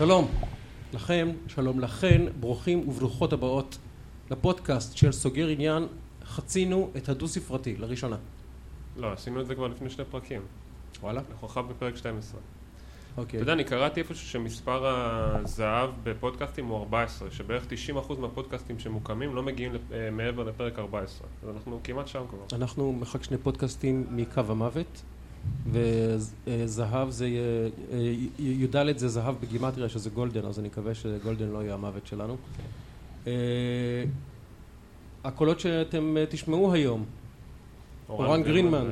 שלום לכם, שלום לכן, ברוכים וברוכות הבאות לפודקאסט של סוגר עניין. חצינו את הדו-ספרתי לראשונה. לא, עשינו את זה כבר לפני 2 פרקים. וואלה? אנחנו עכשיו בפרק 12. אוקיי. אתה יודע, אני קראתי איפשהו שמספר הזהב בפודקאסטים הוא 14, שבערך 90% מהפודקאסטים שמוקמים לא מגיעים מעבר לפרק 14. אז אנחנו כמעט שם כבר. אנחנו מרחק 2 פודקאסטים מקו המוות, וזהב זה, י"ד זה זהב בגימטריה שזה גולדן, אז אני מקווה שגולדן לא יהיה המוות שלנו. הקולות שאתם תשמעו היום, אורן גרינמן,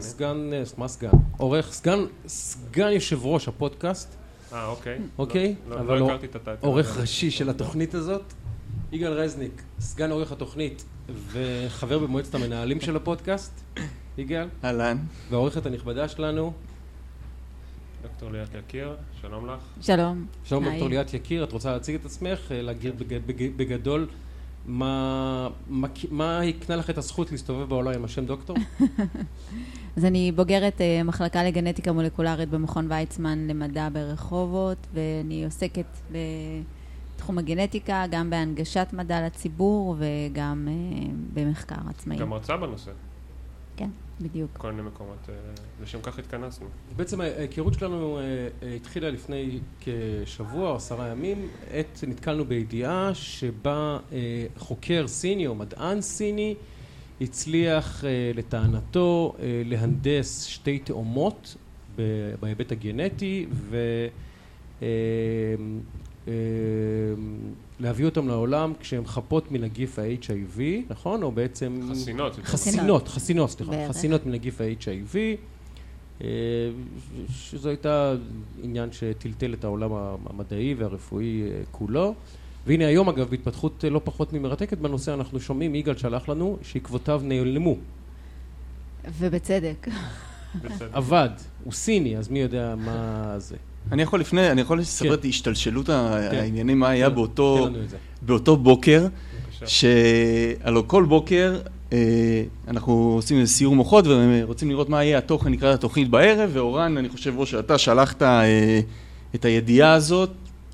סגן יושב ראש הפודקאסט. אוקיי. אוקיי? לא הכרתי את הטייטל. עורך ראשי של התוכנית הזאת. יגאל רזניק, סגן עורך התוכנית וחבר במועצת המנהלים של הפודקאסט. יגאל. אהלן. והעורכת הנכבדה שלנו. דוקטור ליאת יקיר, שלום לך. שלום. שלום דוקטור ליאת יקיר, את רוצה להציג את עצמך, להגיד בגדול מה יקנה לך את הזכות להסתובב בעולם עם השם דוקטור? אז אני בוגרת מחלקה לגנטיקה מולקולרית במכון ויצמן למדע ברחובות, ואני עוסקת בתחום הגנטיקה, גם בהנגשת מדע לציבור וגם במחקר עצמאי. גם מרצה בנושא. כן, בדיוק. כל מיני מקומות, לשם כך התכנסנו. בעצם ההיכרות שלנו התחילה לפני כשבוע או 10 ימים. נתקלנו בידיעה שבה חוקר סיני או מדען סיני הצליח לטענתו להנדס 2 תאומות בהיבט הגנטי להביא אותם לעולם כשהם חפות מנגיף ה-HIV, נכון? או בעצם... חסינות מנגיף ה-HIV, שזו הייתה עניין שטלטל את העולם המדעי והרפואי כולו. והנה היום אגב, בהתפתחות לא פחות ממרתקת בנושא, אנחנו שומעים, יגאל שלח לנו, שעקבותיו נעלמו. ובצדק. עבד, הוא סיני, אז מי יודע מה זה. אני יכול לספר את השתלשלות העניינים, מה היה באותו בוקר, שהלוא כל בוקר אנחנו עושים איזה סיור מוחות ורוצים לראות מה יהיה התוכן לקראת התוכנית בערב, ואורן, אני חושב שאתה שלחת את הידיעה הזאת,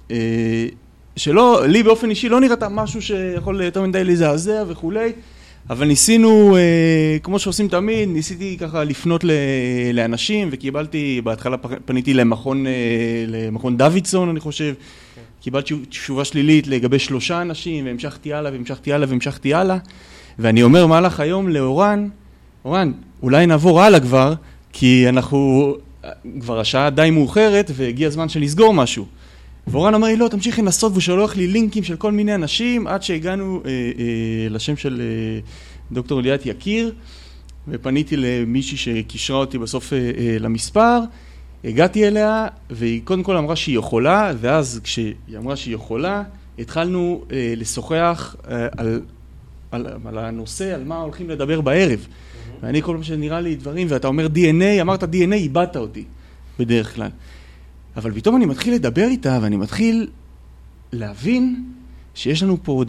שלא, לי באופן אישי לא נראית משהו שיכול יותר מדי לזעזע וכולי, אבל ניסינו, כמו שעושים תמיד, ניסיתי ככה לפנות לאנשים, וקיבלתי, בהתחלה פניתי למכון דוידסון, אני חושב, קיבלתי תשובה שלילית לגבי 3 אנשים, והמשכתי הלאה, ואני אומר מהלך היום לאורן, אולי נעבור הלאה כבר, כי כבר השעה די מאוחרת, והגיע הזמן שנסגור משהו. ואורן אמר לי, לא, תמשיך לנסות, והוא שולח לי לינקים של כל מיני אנשים, עד שהגענו לשם של דוקטור ליאת יקיר, ופניתי למישהי שקישרה אותי בסוף למספר, הגעתי אליה, והיא קודם כל אמרה שהיא יכולה, ואז כשהיא אמרה שהיא יכולה, התחלנו לשוחח על הנושא, על מה הולכים לדבר בערב. ואני כל פעם שנראה לי דברים, ואתה אומר DNA, אמרת DNA, איבדת אותי, בדרך כלל. אבל פתאום אני מתחיל לדבר איתה, ואני מתחיל להבין שיש לנו פה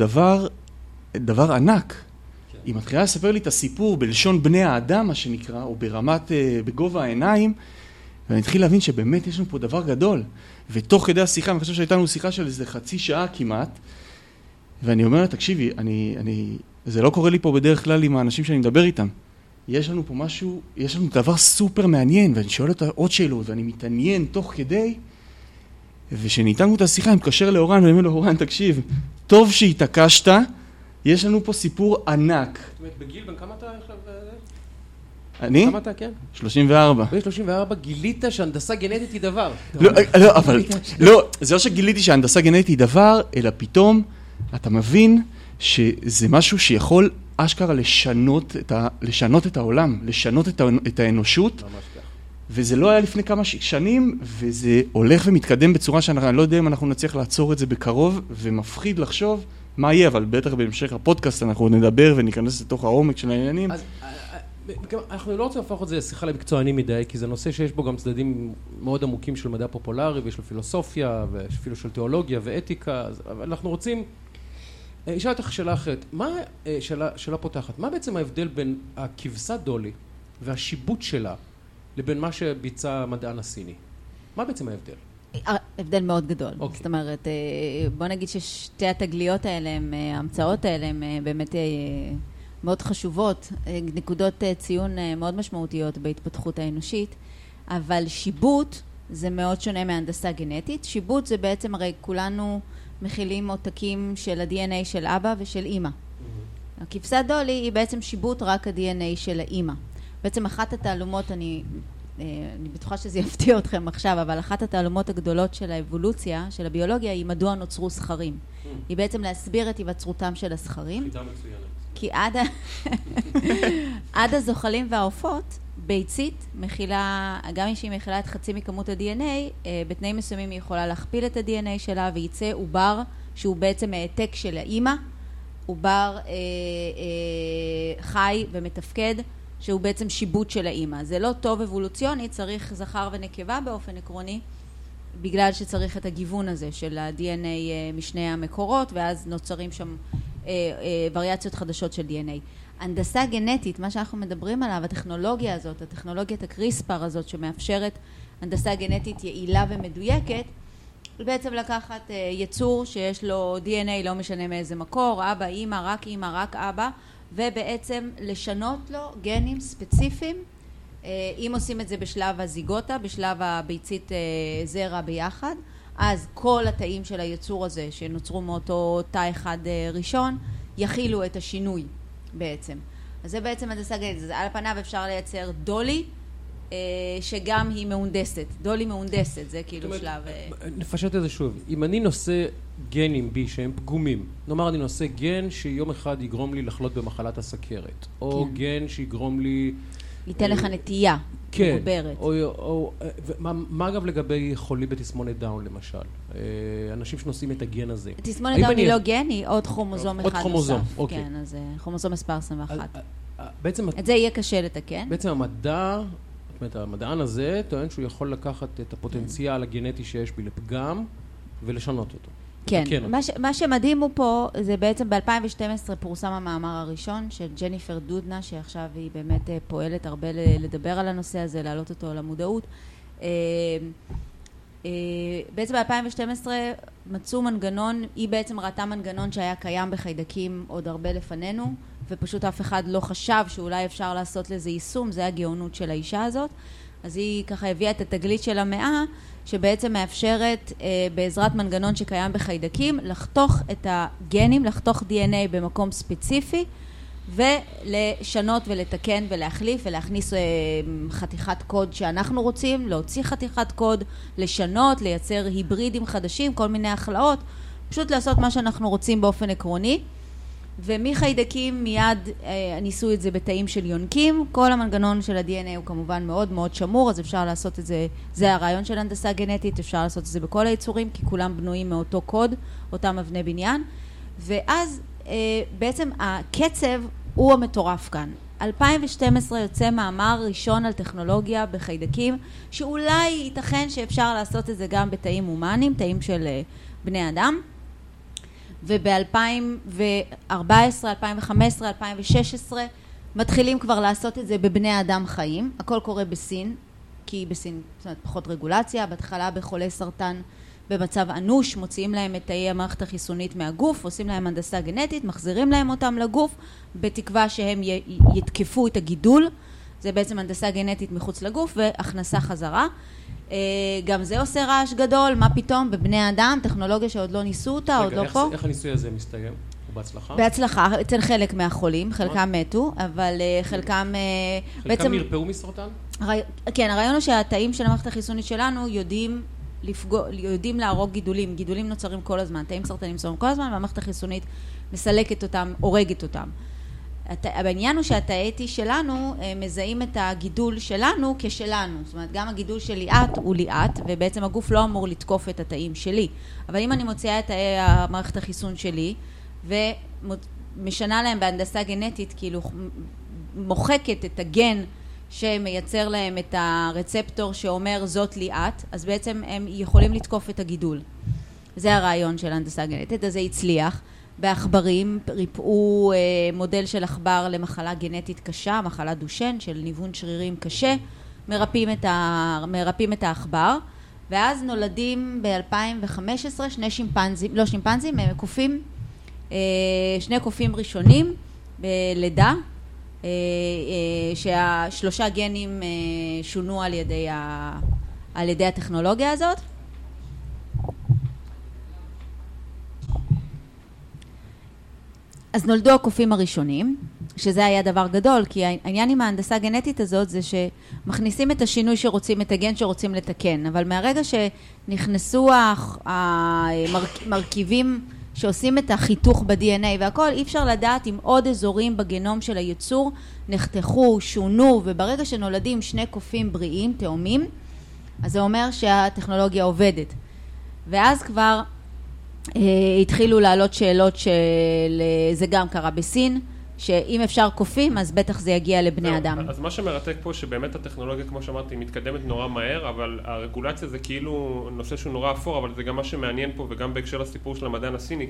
דבר ענק. היא מתחילה לספר לי את הסיפור בלשון בני האדם, מה שנקרא, או בגובה העיניים, ואני מתחיל להבין שבאמת יש לנו פה דבר גדול. ותוך כדי השיחה, אני חושב שהייתה לנו שיחה של איזה חצי שעה כמעט, ואני אומר, תקשיבי, זה לא קורה לי פה בדרך כלל עם האנשים שאני מדבר איתם. יש לנו פה משהו, יש לנו דבר סופר מעניין, ואני שואל אותה עוד שאלות, ואני מתעניין תוך כדי, ושניתנו את השיחה, אני מתקשר לאורן, ואני אומר לו, אורן, תקשיב, טוב שהתעקשת, יש לנו פה סיפור ענק. זאת אומרת, בגיל, בן כמה אתה עכשיו? אני? כמה אתה, כן? 34. ב-34 גילית שהנדסה גנטית היא דבר. לא, זה לא שגיליתי שהנדסה גנטית היא דבר, אלא פתאום אתה מבין שזה משהו שיכול אשכרה לשנות את העולם, לשנות את האנושות, וזה לא היה לפני כמה שנים, וזה הולך ומתקדם בצורה שאני לא יודע אם אנחנו נצליח לעצור את זה בקרוב, ומפחיד לחשוב מה יהיה, אבל בטח בהמשך הפודקאסט אנחנו נדבר וניכנס לתוך העומק של העניינים. אנחנו לא רוצים להפוך את זה לשיחה למקצועני מדי, כי זה נושא שיש בו גם צדדים מאוד עמוקים של מדע פופולרי, ויש לו פילוסופיה, ואפילו של תיאולוגיה ואתיקה, אבל אנחנו רוצים... אשאל אותך שאלה אחרת, שאלה פותחת, מה בעצם ההבדל בין הכבשה דולי והשיבוט שלה לבין מה שביצע המדען הסיני? מה בעצם ההבדל? הבדל מאוד גדול. אוקיי. זאת אומרת, בוא נגיד ששתי התגליות האלה, ההמצאות האלה, הן באמת מאוד חשובות, נקודות ציון מאוד משמעותיות בהתפתחות האנושית, אבל שיבוט זה מאוד שונה מהנדסה גנטית. שיבוט זה בעצם, הרי כולנו מכילים עותקים של ה-DNA של אבא ושל אמא. הכבשה דולי היא בעצם שיבוט רק ה-DNA של האמא. בעצם אחת התעלומות, אני בטוחה שזה יפתיע אתכם עכשיו, אבל אחת התעלומות הגדולות של האבולוציה, של הביולוגיה, היא מדוע נוצרו זכרים. היא בעצם להסביר את היווצרותם של הזכרים. חידה מצוינת. כי עד הזוחלים והעופות, ביצית מכילה, גם אם שהיא מכילה את חצי מכמות ה-DNA, בתנאים מסוימים היא יכולה להכפיל את ה-DNA שלה וייצא עובר שהוא בעצם העתק של האמא, עובר חי ומתפקד, שהוא בעצם שיבוט של האמא. זה לא טוב אבולוציוני, צריך זכר ונקבה באופן עקרוני, בגלל שצריך את הגיוון הזה של ה-DNA משני המקורות, ואז נוצרים שם וריאציות חדשות של DNA. הנדסה גנטית, מה שאנחנו מדברים עליו, הטכנולוגיה הזאת, הטכנולוגיית הקריספר הזאת שמאפשרת הנדסה גנטית יעילה ומדויקת, בעצם לקחת יצור שיש לו DNA לא משנה מאיזה מקור, אבא, אמא, רק אבא, ובעצם לשנות לו גנים ספציפיים. אם עושים את זה בשלב הזיגוטה, בשלב הביצית זרע ביחד, אז כל התאים של היצור הזה שנוצרו מאותו תא אחד ראשון יכילו את השינוי בעצם. אז זה בעצם הנדסה גנטית. על הפניו אפשר לייצר דולי שגם היא מהונדסת. דולי מהונדסת, זה כאילו שלב... נפשט את זה שוב. אם אני נושא גנים בי שהם פגומים, נאמר אני נושא גן שיום אחד יגרום לי לחלות במחלת הסכרת, או גן שיגרום לי... ייתן לך נטייה. כן, מוגברת. מה אגב לגבי חולים בתסמונת דאון למשל? אנשים שנושאים את הגן הזה. תסמונת דאון היא לא גן, היא עוד כרומוזום אחד נוסף. עוד כרומוזום, אוקיי. כן, אז כרומוזום מספר 21. בעצם... את זה יהיה קשה לתקן. בעצם המדען הזה טוען שהוא יכול לקחת את הפוטנציאל הגנטי שיש בי לפגם ולשנות אותו. כן, מה שמדהים הוא פה, זה בעצם ב-2012 פורסם המאמר הראשון של ג'ניפר דודנה, שעכשיו היא באמת פועלת הרבה לדבר על הנושא הזה, להעלות אותו למודעות. בעצם ב-2012 מצאו מנגנון, היא בעצם ראתה מנגנון שהיה קיים בחיידקים עוד הרבה לפנינו, ופשוט אף אחד לא חשב שאולי אפשר לעשות לזה יישום, זה הגאונות של האישה הזאת. אז היא ככה הביאה את התגלית של המאה, שבעצם מאפשרת בעזרת מנגנון שקיים בחיידקים, לחתוך את הגנים, לחתוך DNA במקום ספציפי, ולשנות ולתקן ולהחליף ולהכניס חתיכת קוד שאנחנו רוצים, להוציא חתיכת קוד, לשנות, לייצר היברידים חדשים, כל מיני החלאות, פשוט לעשות מה שאנחנו רוצים באופן עקרוני. ומחיידקים מיד ניסו את זה בתאים של יונקים. כל המנגנון של ה-DNA הוא כמובן מאוד מאוד שמור, אז אפשר לעשות את זה, זה הרעיון של הנדסה גנטית, אפשר לעשות את זה בכל היצורים, כי כולם בנויים מאותו קוד, אותם אבני בניין. ואז בעצם הקצב הוא המטורף כאן. 2012 יוצא מאמר ראשון על טכנולוגיה בחיידקים, שאולי ייתכן שאפשר לעשות את זה גם בתאים הומניים, תאים של בני אדם. וב-2014, 2015, 2016 מתחילים כבר לעשות את זה בבני אדם חיים. הכל קורה בסין, כי בסין זאת אומרת, פחות רגולציה. בהתחלה בחולי סרטן במצב אנוש, מוציאים להם את תאי המערכת החיסונית מהגוף, עושים להם הנדסה גנטית, מחזירים להם אותם לגוף, בתקווה שהם יתקפו את הגידול. זה בעצם הנדסה גנטית מחוץ לגוף והכנסה חזרה. גם זה עושה רעש גדול, מה פתאום בבני אדם, טכנולוגיה שעוד לא ניסו אותה, עוד לא פה. איך הניסוי הזה מסתיים? בהצלחה? בהצלחה, אצל חלק מהחולים, חלקם מתו, אבל חלקם... חלקם נרפאו מסרטן? כן, הרעיון הוא שהתאים של המערכת החיסונית שלנו יודעים להרוג גידולים. גידולים נוצרים כל הזמן, תאים סרטנים נוצרים כל הזמן, והמערכת החיסונית מסלקת אותם, הורגת אותם. העניין הוא שהתאי T שלנו מזהים את הגידול שלנו כשלנו. זאת אומרת, גם הגידול של ליאת הוא ליאת, ובעצם הגוף לא אמור לתקוף את התאים שלי. אבל אם אני מוציאה את תאי המערכת החיסון שלי, ומשנה להם בהנדסה גנטית, כאילו מוחקת את הגן שמייצר להם את הרצפטור שאומר זאת ליאת, אז בעצם הם יכולים לתקוף את הגידול. זה הרעיון של הנדסה גנטית, אז זה הצליח. בעכברים ריפאו מודל של עכבר למחלה גנטית קשה, מחלה דושן של ניוון שרירים קשה, מרפאים את העכבר, ואז נולדים ב-2015 שני שימפנזים, לא שימפנזים, הם קופים, שני קופים ראשונים בלידה, שהשלושה גנים שונו על ידי הטכנולוגיה הזאת. אז נולדו הקופים הראשונים, שזה היה דבר גדול, כי העניין עם ההנדסה הגנטית הזאת זה שמכניסים את השינוי שרוצים, את הגן שרוצים לתקן, אבל מהרגע שנכנסו המרכיבים שעושים את החיתוך ב-DNA והכל, אי אפשר לדעת אם עוד אזורים בגנום של היצור נחתכו, שונו, וברגע שנולדים שני קופים בריאים, תאומים, אז זה אומר שהטכנולוגיה עובדת. ואז כבר התחילו לעלות שאלות זה גם קרה בסין, שאם אפשר קופים, אז בטח זה יגיע לבני אדם. אז מה שמרתק פה, שבאמת הטכנולוגיה, כמו שאמרתי, מתקדמת נורא מהר, אבל הרגולציה זה כאילו נושא שהוא נורא אפור, אבל זה גם מה שמעניין פה, וגם בהקשר לסיפור של המדען הסיני,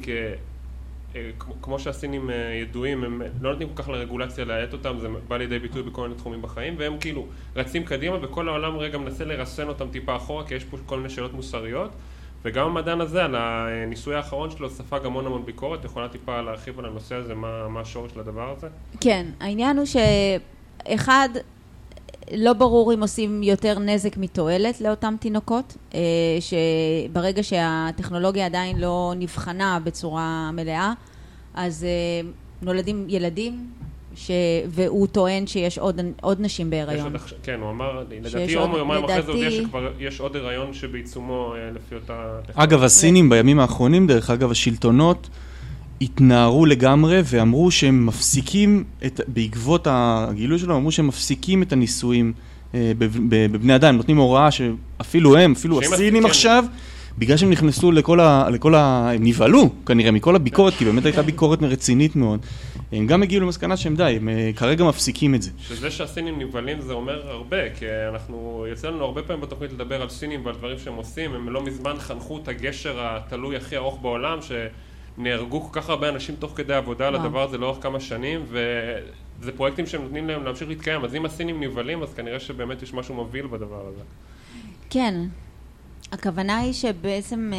כמו שהסינים ידועים, הם לא נותנים כל כך לרגולציה להעט אותם, זה בא לידי ביטוי בכל מיני תחומים בחיים, והם כאילו רצים קדימה, וכל העולם רגע מנסה לרסן אותם טיפה אחורה, כי יש פה כל מיני שאלות מוסריות, וגם המדען הזה, על הניסוי האחרון שלו, ספג המון ביקורת. יכולה טיפה להרחיב על הנושא הזה, מה השורש לדבר הזה? כן, העניין הוא שאחד, לא ברור אם עושים יותר נזק מתועלת לאותם תינוקות, שברגע שהטכנולוגיה עדיין לא נבחנה בצורה מלאה, אז נולדים ילדים, והוא טוען שיש עוד נשים בהיריון. כן, הוא אמר, לדעתי יומיים אחרי זה הודיע שכבר יש עוד הריון שבעיצומו לפי אותה טכנולוגיה. אגב, הסינים בימים האחרונים, דרך אגב, השלטונות התנערו לגמרי ואמרו שהם מפסיקים, בעקבות הגילוי שלו, אמרו שהם מפסיקים את הניסויים בבני אדם, נותנים הוראה שאפילו הם, אפילו הסינים עכשיו, בגלל שהם נכנסו הם נבהלו כנראה מכל הביקורת, כי באמת הייתה ביקורת רצינית מאוד. הם גם הגיעו למסקנה שהם די, הם כרגע מפסיקים את זה. שזה שהסינים נבהלים זה אומר הרבה, כי יצא לנו הרבה פעמים בתוכנית לדבר על סינים ועל דברים שהם עושים, הם לא מזמן חנכו את הגשר התלוי הכי ארוך בעולם, שנהרגו כל כך הרבה אנשים תוך כדי עבודה על הדבר הזה לאורך כמה שנים, וזה פרויקטים שהם נותנים להם להמשיך להתקיים, אז אם הסינים נבהלים, אז כנראה שבאמת יש משהו מוביל בדבר הזה. כן. הכוונה היא שבעצם,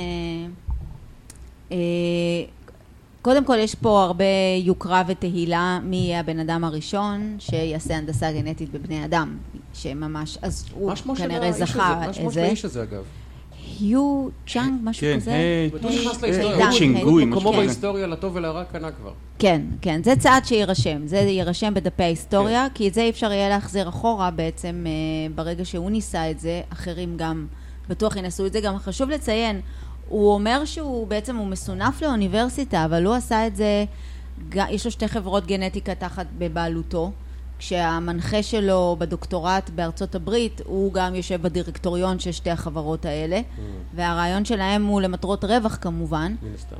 קודם כל יש פה הרבה יוקרה ותהילה מי יהיה הבן אדם הראשון שיעשה הנדסה גנטית בבני אדם, שממש, אז הוא כנראה זכה מה שמו של האיש הזה אגב? היו צ'אנג, משהו כזה? הוא נכנס להיסטוריה, כמו בהיסטוריה לטוב ולרע קנה כבר. כן, כן, זה צעד שירשם, זה יירשם בדפי ההיסטוריה, כי את זה אפשר יהיה להחזיר אחורה בעצם ברגע שהוא ניסה את זה, אחרים גם בטוח ינסו את זה. גם חשוב לציין, הוא אומר שהוא בעצם הוא מסונף לאוניברסיטה, אבל הוא עשה את זה, יש לו שתי חברות גנטיקה תחת בבעלותו, כשהמנחה שלו בדוקטורט בארצות הברית, הוא גם יושב בדירקטוריון של שתי החברות האלה, והרעיון שלהם הוא למטרות רווח כמובן,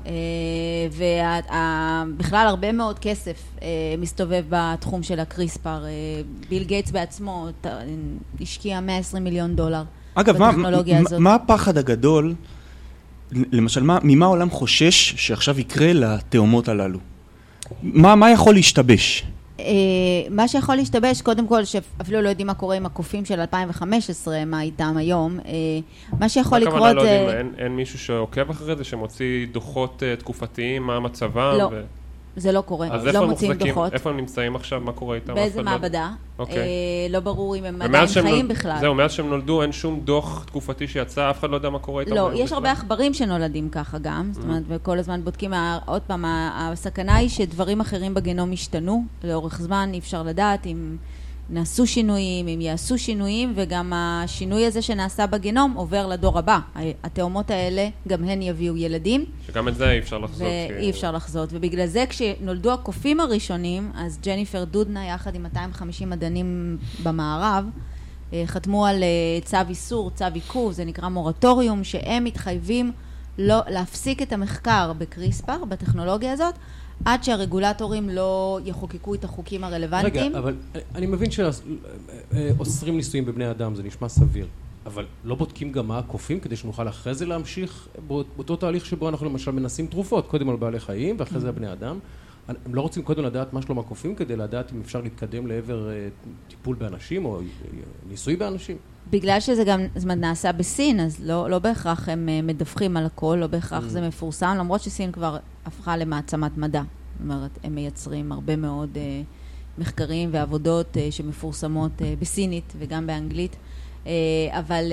ובכלל הרבה מאוד כסף מסתובב בתחום של הקריספר. ביל גייטס בעצמו השקיע $120 מיליון אגב, מה הפחד הגדול, למשל, ממה העולם חושש שעכשיו יקרה לתאומות הללו? מה יכול להשתבש? מה שיכול להשתבש, קודם כל, שאפילו לא יודעים מה קורה עם הקופים של 2015, מה איתם היום, מה שיכול לקרות זה... אין מישהו שעוקב אחרי זה, שמוציא דוחות תקופתיים, מה מצבם? לא. זה לא קורה, לא מוצאים דוחות. איפה הם נמצאים עכשיו, מה קורה איתם? באיזה מעבדה, לא ברור אם הם עדיין חיים בכלל. זהו, מאז שהם נולדו אין שום דוח תקופתי שיצא, אף אחד לא יודע מה קורה איתם. לא, יש הרבה עכברים שנולדים ככה גם, זאת אומרת, וכל הזמן בודקים, עוד פעם, הסכנה היא שדברים אחרים בגנום השתנו, לאורך זמן אי אפשר לדעת אם נעשו שינויים, אם יעשו שינויים, וגם השינוי הזה שנעשה בגנום עובר לדור הבא. התאומות האלה, גם הן יביאו ילדים. שגם את זה אי אפשר לחזות. ואי אפשר לחזות. ובגלל זה כשנולדו הקופים הראשונים, אז ג'ניפר דודנה, יחד עם 250 מדענים במערב, חתמו על צו איסור, צו עיכוב, זה נקרא מורטוריום, שהם מתחייבים להפסיק את המחקר בקריספר, בטכנולוגיה הזאת, עד שהרגולטורים לא יחוקקו את החוקים הרלוונטיים. רגע, אבל אני מבין שאוסרים ניסויים בבני אדם, זה נשמע סביר. אבל לא בודקים גם מה הקופים, כדי שנוכל אחרי זה להמשיך באותו תהליך שבו אנחנו למשל מנסים תרופות, קודם על בעלי חיים ואחרי זה הבני אדם. הם לא רוצים קודם לדעת מה שלום הקופים כדי לדעת אם אפשר להתקדם לעבר טיפול באנשים או ניסוי באנשים? בגלל שזה גם נעשה בסין, אז לא בהכרח הם מדווחים על הכל, לא בהכרח זה מפורסם, למרות שסין כבר הפכה למעצמת מדע. זאת אומרת, הם מייצרים הרבה מאוד מחקרים ועבודות שמפורסמות בסינית וגם באנגלית, אבל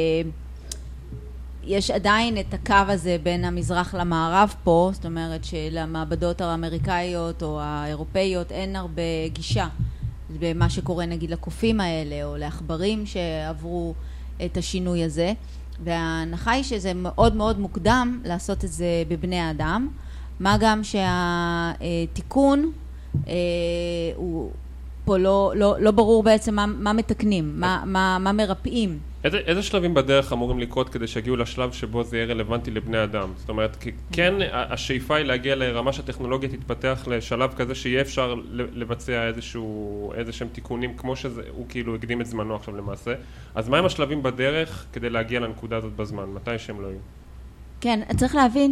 יש עדיין את הקו הזה בין המזרח למערב פה, זאת אומרת שלמעבדות האמריקאיות או האירופאיות אין הרבה גישה במה שקורה נגיד לקופים האלה או לעכברים שעברו את השינוי הזה, וההנחה היא שזה מאוד מאוד מוקדם לעשות את זה בבני האדם, מה גם שהתיקון הוא פה לא ברור בעצם מה מתקנים, מה מרפאים. איזה שלבים בדרך אמורים לקרות כדי שיגיעו לשלב שבו זה יהיה רלוונטי לבני אדם? זאת אומרת, כן, השאיפה היא להגיע לרמה שהטכנולוגיה תתפתח לשלב כזה שיהיה אפשר לבצע איזשהם תיקונים, כמו שהוא כאילו הקדים את זמנו עכשיו למעשה. אז מה הם השלבים בדרך כדי להגיע לנקודה הזאת בזמן? מתי שהם לא יהיו? כן, צריך להבין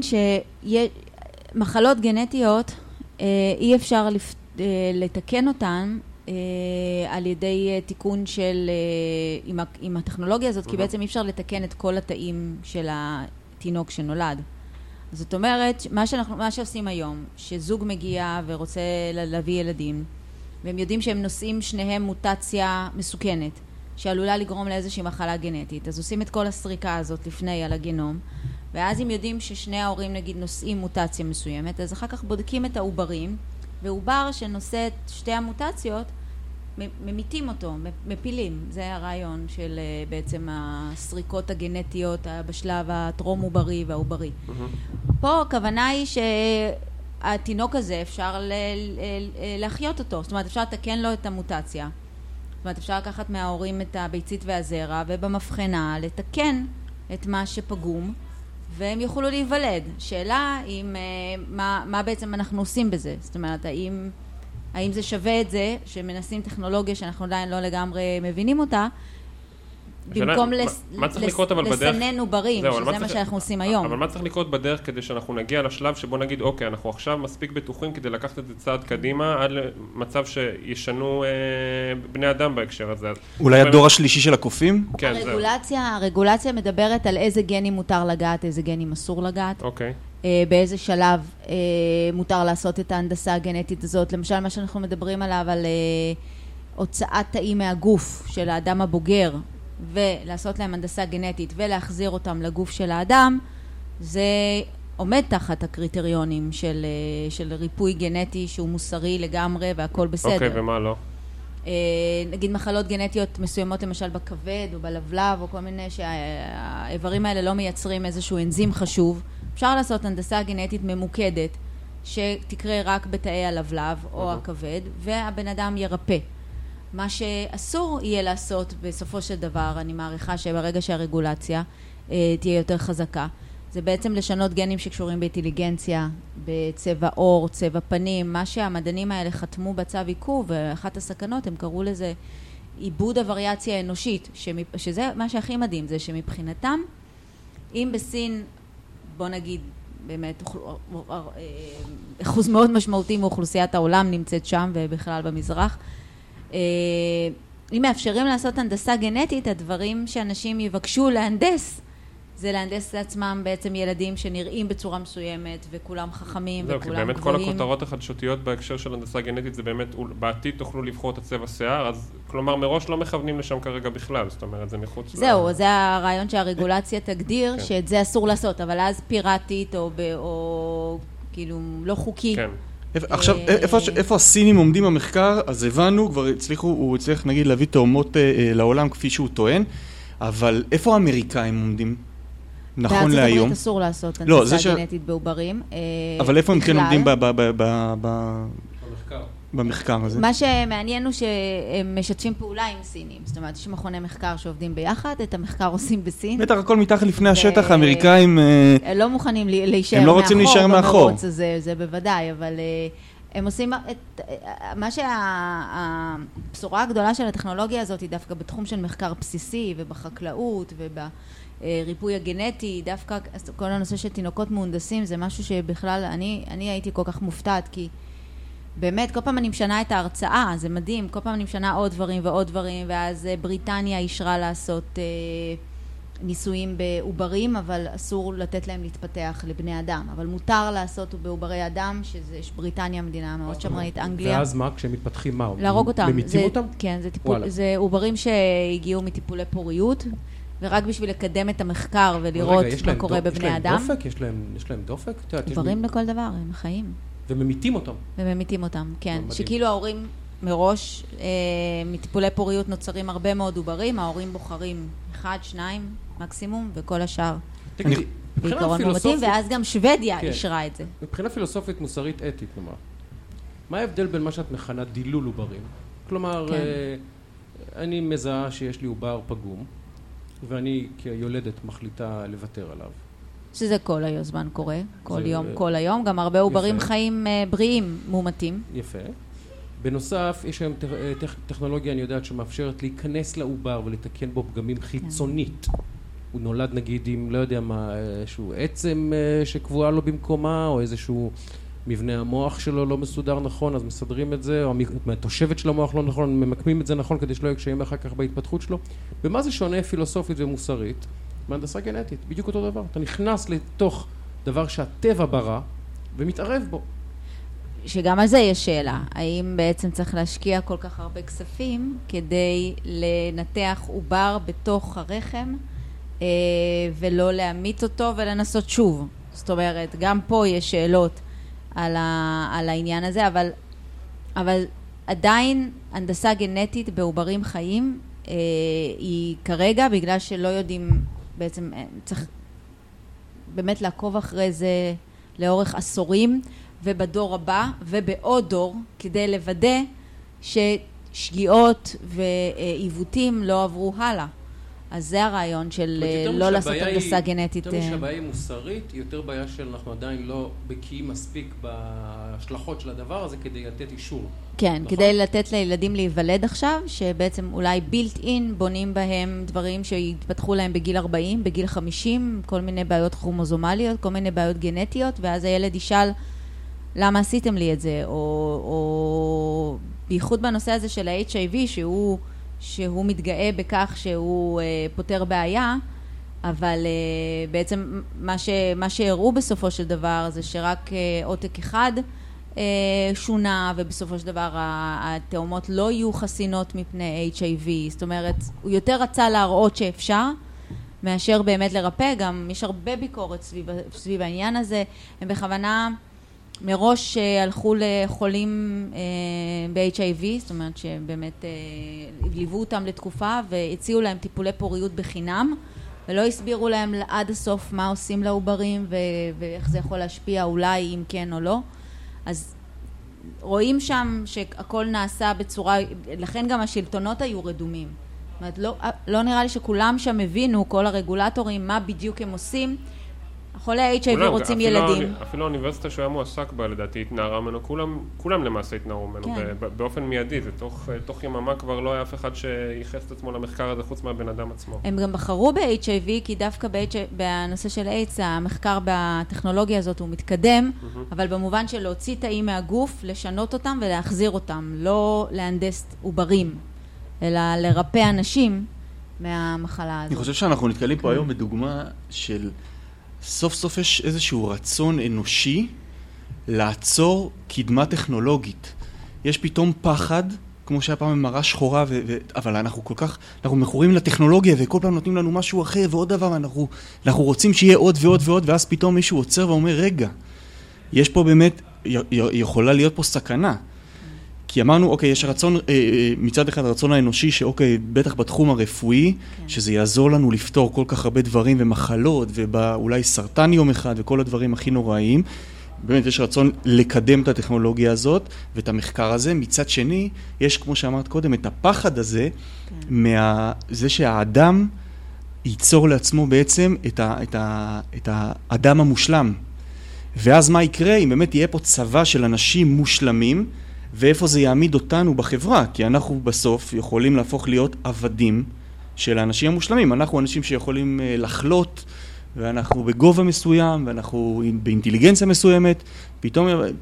שמחלות גנטיות אי אפשר לתקן אותן על ידי תיקון של, עם הטכנולוגיה הזאת, כי בעצם אי אפשר לתקן את כל התאים של התינוק שנולד. זאת אומרת, מה שעושים היום, שזוג מגיע ורוצה להביא ילדים, והם יודעים שהם נושאים שניהם מוטציה מסוכנת, שעלולה לגרום לאיזושהי מחלה גנטית, אז עושים את כל הסריקה הזאת לפני על הגנום, ואז הם יודעים ששני ההורים נגיד נושאים מוטציה מסוימת, אז אחר כך בודקים את העוברים, ועובר שנושא את שתי המוטציות, ממיתים אותו, מפילים. זה הרעיון של בעצם הסריקות הגנטיות בשלב הטרום עוברי והעוברי. פה הכוונה היא שהתינוק הזה אפשר להחיות אותו, זאת אומרת אפשר לתקן לו את המוטציה. זאת אומרת אפשר לקחת מההורים את הביצית והזרע ובמבחנה לתקן את מה שפגום, והם יוכלו להיוולד. שאלה אם, מה בעצם אנחנו עושים בזה? זאת אומרת, האם זה שווה את זה שמנסים טכנולוגיה שאנחנו עדיין לא לגמרי מבינים אותה, במקום לסנן עוברים, שזה מה שאנחנו עושים היום. אבל מה צריך לקרות בדרך כדי שאנחנו נגיע לשלב שבו נגיד, אוקיי, אנחנו עכשיו מספיק בטוחים כדי לקחת את זה צעד קדימה, עד למצב שישנו בני אדם בהקשר הזה. אולי הדור השלישי של הקופים? כן, הרגולציה מדברת על איזה גנים מותר לגעת, איזה גנים אסור לגעת. אוקיי. באיזה שלב מותר לעשות את ההנדסה הגנטית הזאת. למשל, מה שאנחנו מדברים עליו, על הוצאת תאים מהגוף של האדם הבוגר, ולעשות להם הנדסה גנטית ולהחזיר אותם לגוף של האדם, זה עומד תחת הקריטריונים של ריפוי גנטי שהוא מוסרי לגמרי והכל בסדר. אוקיי, ומה לא? נגיד מחלות גנטיות מסוימות למשל בכבד או בלבלב או כל מיני שהאיברים האלה לא מייצרים איזשהו אנזים חשוב, אפשר לעשות הנדסה גנטית ממוקדת שתקרה רק בתאי הלבלב או הכבד והבן אדם ירפא. מה שאסור יהיה לעשות בסופו של דבר, אני מעריכה שברגע שהרגולציה תהיה יותר חזקה, זה בעצם לשנות גנים שקשורים באינטליגנציה, בצבע עור, צבע פנים, מה שהמדענים האלה חתמו בצו עיכוב, ואחת הסכנות הם קראו לזה עיבוד הווריאציה האנושית, שזה מה שהכי מדהים, זה שמבחינתם, אם בסין, בוא נגיד, באמת אחוז מאוד משמעותי מאוכלוסיית העולם נמצאת שם ובכלל במזרח, אם מאפשרים לעשות הנדסה גנטית, הדברים שאנשים יבקשו להנדס, זה להנדס לעצמם בעצם ילדים שנראים בצורה מסוימת, וכולם חכמים וכולם גבוהים. באמת כל הכותרות החדשותיות בהקשר של הנדסה גנטית, זה באמת, בעתיד תוכלו לבחור את הצבע שיער, אז כלומר מראש לא מכוונים לשם כרגע בכלל, זאת אומרת, זה מחוץ... זהו, זה הרעיון שהרגולציה תגדיר, שאת זה אסור לעשות, אבל אז פיראטית או כאילו לא חוקי. כן. עכשיו, איפה הסינים עומדים במחקר, אז הבנו, כבר הוא הצליח נגיד להביא תאומות לעולם כפי שהוא טוען, אבל איפה האמריקאים עומדים? נכון להיום. בארצות הברית אסור לעשות הנדסה גנטית בעוברים. אבל איפה הם כן עומדים במחקר הזה? מה שמעניין הוא שהם משתפים פעולה עם סינים. זאת אומרת, יש מכוני מחקר שעובדים ביחד, את המחקר עושים בסין. בטח הכל מתחת לפני השטח, האמריקאים... לא מוכנים להישאר מאחור. הם לא רוצים להישאר מאחור. זה בוודאי, אבל... הם עושים מה שהבשורה הגדולה של הטכנולוגיה הזאת היא דווקא בתחום של מחקר בסיסי ובחקלאות ובריפוי הגנטי, דווקא כל הנושא של תינוקות מהונדסים זה משהו שבכלל אני הייתי כל כך מופתעת כי באמת, כל פעם אני משנה את ההרצאה, זה מדהים, כל פעם אני משנה עוד דברים ועוד דברים, ואז בריטניה אישרה לעשות ניסויים בעוברים, אבל אסור לתת להם להתפתח לבני אדם, אבל מותר לעשות בעוברי אדם, שזה בריטניה מדינה מאוד שמרנית, אנגליה. ואז מה? כשהם מתפתחים מה? להרוג אותם. ממיתים אותם? כן, זה עוברים שהגיעו מטיפולי פוריות, ורק בשביל לקדם את המחקר ולראות מה קורה בבני אדם. יש להם דופק? עוברים לכל דבר, הם חיים. וממיתים אותם. וממיתים אותם, כן. שכאילו ההורים מראש, מטיפולי פוריות נוצרים הרבה מאוד עוברים, ההורים בוחרים 1, 2 מקסימום, וכל השאר בעיקרון מומתים, ואז גם שוודיה אישרה את זה. מבחינה פילוסופית, מוסרית, אתית, נאמר. מה ההבדל בין מה שאת מכנה דילול עוברים? כלומר, אני מזהה שיש לי עובר פגום, ואני כיולדת מחליטה לוותר עליו. שזה כל הזמן קורה, כל יום, כל היום. גם הרבה עוברים חיים בריאים מומתים. יפה. בנוסף, יש היום טכנולוגיה, אני יודעת, שמאפשרת להיכנס לעובר ולתקן בו פגמים חיצונית. הוא נולד נגיד עם, לא יודע מה, איזשהו עצם שקבועה לו במקומה, או איזשהו מבנה המוח שלו לא מסודר נכון, אז מסדרים את זה, או התושבת של המוח לא נכון, ממקמים את זה נכון כדי שלא יהיה קשיים אחר כך בהתפתחות שלו. ומה זה שונה פילוסופית ומוסרית? מהנדסה גנטית, בדיוק אותו דבר. אתה נכנס לתוך דבר שהטבע ברא ומתערב בו. שגם על זה יש שאלה. האם בעצם צריך להשקיע כל כך הרבה כספים כדי לנתח עובר בתוך הרחם ולא להמית אותו ולנסות שוב? זאת אומרת, גם פה יש שאלות על העניין הזה, אבל עדיין הנדסה גנטית בעוברים חיים היא כרגע, בגלל שלא יודעים, בעצם צריך באמת לעקוב אחרי זה לאורך עשורים, ובדור הבא ובעוד דור, כדי לוודא ששגיאות ועיוותים לא עברו הלאה. אז זה הרעיון של לא לעשות הנדסה גנטית. יותר משהבעיה היא מוסרית, היא יותר בעיה שאנחנו עדיין לא בקיאים מספיק בהשלכות של הדבר הזה כדי לתת אישור. כן, נכון? כדי לתת לילדים להיוולד עכשיו, שבעצם אולי built in בונים בהם דברים שיתפתחו להם בגיל 40, בגיל 50, כל מיני בעיות כרומוזומליות, כל מיני בעיות גנטיות, ואז הילד ישאל, למה עשיתם לי את זה? או בייחוד בנושא הזה של ה-HIV, שהוא מתגאה בכך שהוא פותר בעיה, אבל בעצם מה שהראו בסופו של דבר זה שרק עותק אחד שונה, ובסופו של דבר התאומות לא יהיו חסינות מפני HIV. זאת אומרת, הוא יותר רצה להראות שאפשר, מאשר באמת לרפא. גם יש הרבה ביקורת סביב העניין הזה. הם בכוונה מראש הלכו לחולים ב-HIV, זאת אומרת שבאמת ליוו אותם לתקופה והציעו להם טיפולי פוריות בחינם, ולא הסבירו להם עד הסוף מה עושים לעוברים ואיך זה יכול להשפיע, אולי אם כן או לא. אז רואים שם שהכל נעשה בצורה, לכן גם השלטונות היו רדומים. זאת אומרת, לא נראה לי שכולם שם הבינו, כל הרגולטורים, מה בדיוק הם עושים. חולי HIV רוצים ילדים. אפילו האוניברסיטה שהוא היה מועסק בה, לדעתי, התנערה ממנו, כולם למעשה התנערו ממנו, באופן מיידי, זה תוך יממה כבר לא היה אף אחד שייחס את עצמו למחקר הזה, חוץ מהבן אדם עצמו. הם גם בחרו ב-HIV, כי דווקא בנושא של איידס, המחקר בטכנולוגיה הזאת הוא מתקדם, אבל במובן של להוציא תאים מהגוף, לשנות אותם ולהחזיר אותם, לא להנדס עוברים, אלא לרפא אנשים מהמחלה הזאת. אני חושב שאנחנו נתקלים פה היום בדוגמה של סוף סוף יש איזשהו רצון אנושי לעצור קדמה טכנולוגית. יש פתאום פחד, כמו שהיה פעם מראה שחורה, אבל אנחנו מכורים לטכנולוגיה, וכל פעם נותנים לנו משהו אחר ועוד דבר, אנחנו רוצים שיהיה עוד ועוד ועוד, ואז פתאום מישהו עוצר ואומר, רגע, יש פה באמת, יכולה להיות פה סכנה. כי אמרנו, אוקיי, יש רצון, מצד אחד הרצון האנושי, שאוקיי, בטח בתחום הרפואי, שזה יעזור לנו לפתור כל כך הרבה דברים ומחלות, ואולי סרטן יום אחד, וכל הדברים הכי נוראיים. באמת יש רצון לקדם את הטכנולוגיה הזאת, ואת המחקר הזה. מצד שני, יש, כמו שאמרת קודם, את הפחד הזה, זה שהאדם ייצור לעצמו בעצם את האדם המושלם. ואז מה יקרה? אם באמת יהיה פה צבא של אנשים מושלמים, ואיפה זה יעמיד אותנו בחברה, כי אנחנו בסוף יכולים להפוך להיות עבדים של האנשים המושלמים. אנחנו אנשים שיכולים לחלות, ואנחנו בגובה מסוים, ואנחנו באינטליגנציה מסוימת, פתאום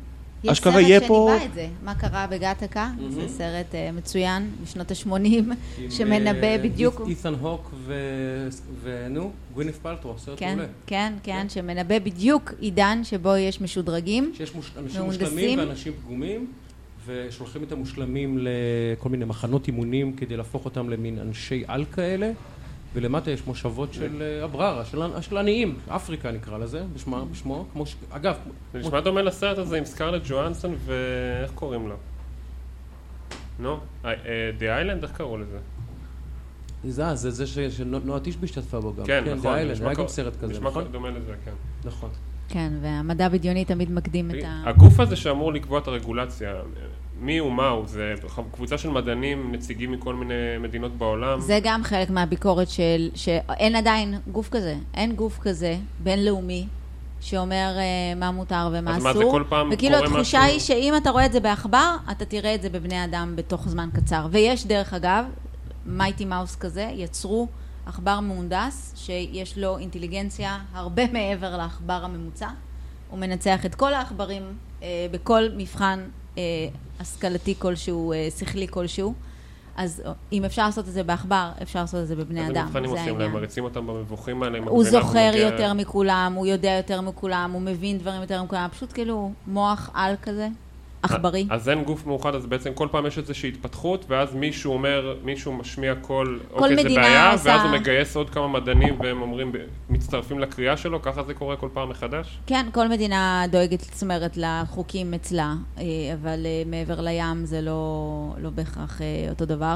אשכרה יהיה פה... יש סרט שניבא את זה, מה קרה בגטקה, זה סרט מצוין בשנות ה-80, שמנבא בדיוק... אית'ן הוק ונו, גווינף פלטרו, סרט מעולה. כן, כן, שמנבא בדיוק עידן שבו יש משודרגים, שיש אנשים מושלמים ואנשים פגומים, ושולחים את המושלמים לכל מיני מחנות אימונים כדי להפוך אותם למין אנשי על כאלה, ולמטה יש מושבות של אבררה, של עניים, אפריקה נקרא לזה, בשמו, כמו אגב... זה נשמע דומה לסרט הזה עם סקרלט ג'ואנסון ואיך קוראים לו? נו, The Island, איך קראו לזה? זה שנועה תשבי השתתפה בו גם. כן, נכון. היה גם סרט כזה, נכון? נשמע דומה לזה, כן. נכון. כן, והמדע בדיוני תמיד מקדים את ה... הגוף הזה שאמור לקבוע את הרגולציה, מי הוא מה הוא? זה קבוצה של מדענים, נציגים מכל מיני מדינות בעולם. זה גם חלק מהביקורת שאין עדיין גוף כזה. אין גוף כזה, בינלאומי, שאומר מה מותר ומה אסור. אז מה, זה כל פעם וכאילו התחושה היא שאם אתה רואה את זה בעכבר, אתה תראה את זה בבני אדם בתוך זמן קצר. ויש דרך אגב, מייטי מאוס כזה, יצרו עכבר מהונדס, שיש לו אינטליגנציה הרבה מעבר לעכבר הממוצע. הוא מנצח את כל העכברים בכל מבחן השכלתי כלשהו, שכלי כלשהו. אז אם אפשר לעשות את זה בעכבר, אפשר לעשות את זה בבני אדם. איזה מבחנים עושים להם? מריצים אותם במבוכים האלה? הוא זוכר יותר מכולם, הוא יודע יותר מכולם, הוא מבין דברים יותר מכולם, פשוט כאילו מוח על כזה, עכברי. אז אין גוף מאוחד, אז בעצם כל פעם יש איזושהי התפתחות, ואז מישהו אומר, מישהו משמיע קול, אוקיי, זה בעיה, ואז הוא מגייס עוד כמה מדענים, והם אומרים, מצטרפים לקריאה שלו, ככה זה קורה כל פעם מחדש? כן, כל מדינה דואגת, זאת אומרת, לחוקים אצלה, אבל מעבר לים זה לא בהכרח אותו דבר.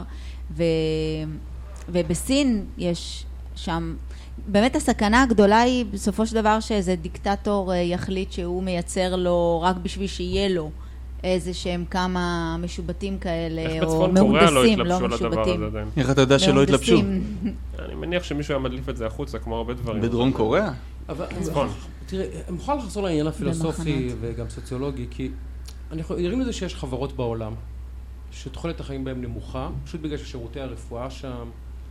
ובסין יש שם, באמת הסכנה הגדולה היא בסופו של דבר שאיזה דיקטטור יחליט שהוא מייצר לו רק בשביל שיהיה לו איזה שהם כמה משובטים כאלה, או מהונדסים, לא משובטים. איך אתה יודע שלא התלבשו? אני מניח שמישהו היה מדליף את זה החוצה, כמו הרבה דברים. בדרום קוריאה? תראה, אני מוכן לחזור לעניין הפילוסופי וגם סוציולוגי, כי נראים לזה שיש חברות בעולם, שתוחלת החיים בהם נמוכה, פשוט בגלל ששירותי הרפואה שם,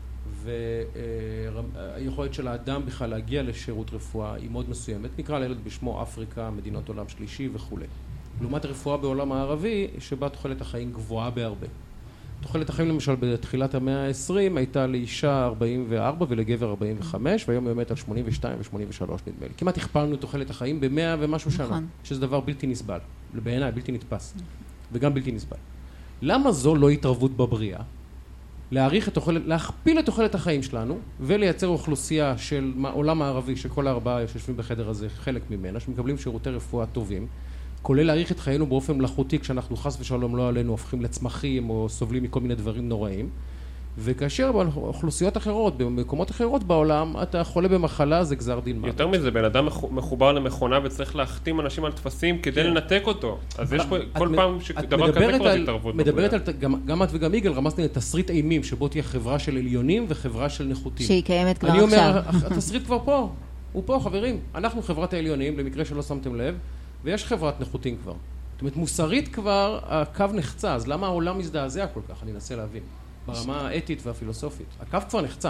והיכולת של האדם בכלל להגיע לשירות רפואה היא מאוד מסוימת. נקרא לילד בשמו אפריקה, מדינות עולם שלישי וכו'. לעומת הרפואה בעולם הערבי, שבה תוחלת החיים גבוהה בהרבה. תוחלת החיים למשל בתחילת המאה ה-20 הייתה לאישה 44 ולגבר 45, והיום היא עומדת על 82 ו-83 נדמה לי. כמעט הכפלנו תוחלת החיים ב-100 ומשהו שנה, שזה דבר בלתי נסבל. בעיניי בלתי נתפס, וגם בלתי נסבל. למה זו לא התערבות בבריאה? להכפיל את תוחלת החיים שלנו, ולייצר אוכלוסייה של העולם הערבי, שכל הארבעה שיושבים בחדר הזה, חלק ממנה, שמקבלים שירותי רפואה טובים, כולל להאריך את חיינו באופן מלאכותי, כשאנחנו חס ושלום לא עלינו, הופכים לצמחים או סובלים מכל מיני דברים נוראים. וכאשר באוכלוסיות אחרות, במקומות אחרות בעולם, אתה חולה במחלה, זה גזר דין מוות. יותר מזה, בן אדם מחובר למכונה וצריך להחתים אנשים על תפסים כדי לנתק אותו. אז יש פה כל פעם שדבר כזה כבר התערבות. מדברת על, גם את וגם יגאל, רמזתם לתסריט אימים, שבו תהיה חברה של עליונים וחברה של נחותים. שהיא קיימת כבר עכשיו. אני אומר, התסריט כבר פה. הוא פה, חברים. אנחנו חברת העליונים, למקרה שלא שמתם לב, ויש חברת נחותים כבר. זאת אומרת, מוסרית כבר הקו נחצה, אז למה העולם מזדעזע כל כך? אני אנסה להבין. ברמה האתית והפילוסופית. הקו כבר נחצה.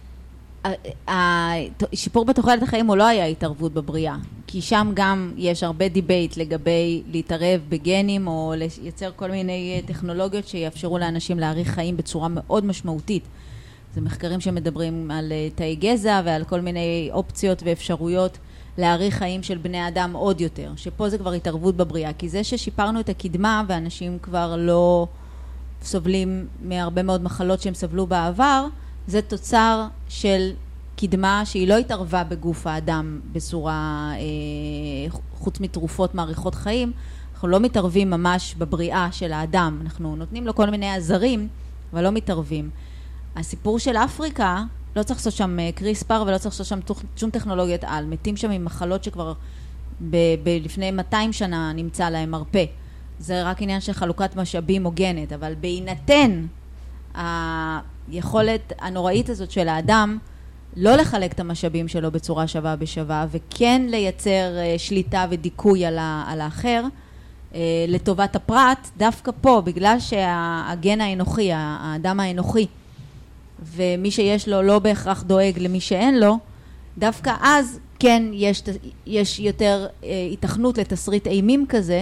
השיפור בתוחלת החיים הוא לא היה התערבות בבריאה, כי שם גם יש הרבה דיבייט לגבי להתערב בגנים או לייצר כל מיני טכנולוגיות שיאפשרו לאנשים להאריך חיים בצורה מאוד משמעותית. זה מחקרים שמדברים על תאי גזע ועל כל מיני אופציות ואפשרויות להאריך חיים של בני אדם עוד יותר, שפה זה כבר התערבות בבריאה, כי זה ששיפרנו את הקדמה ואנשים כבר לא סובלים מהרבה מאוד מחלות שהם סבלו בעבר, זה תוצר של קדמה שהיא לא התערבה בגוף האדם בצורה, חוץ מתרופות מאריכות חיים, אנחנו לא מתערבים ממש בבריאה של האדם, אנחנו נותנים לו כל מיני עזרים, אבל לא מתערבים. הסיפור של אפריקה, לא צריך לעשות שם קריספר ולא צריך לעשות שם שום טכנולוגיית על, מתים שם עם מחלות שכבר לפני 200 שנה נמצא להם מרפא. זה רק עניין של חלוקת משאבים הוגנת, אבל בהינתן היכולת הנוראית הזאת של האדם לא לחלק את המשאבים שלו בצורה שווה בשווה, וכן לייצר שליטה ודיכוי על האחר, לטובת הפרט, דווקא פה, בגלל שהגן האנוכי, האדם האנוכי, ומי שיש לו לא בהכרח דואג למי שאין לו, דווקא אז כן יש יותר התכנות לתסריט אימים כזה,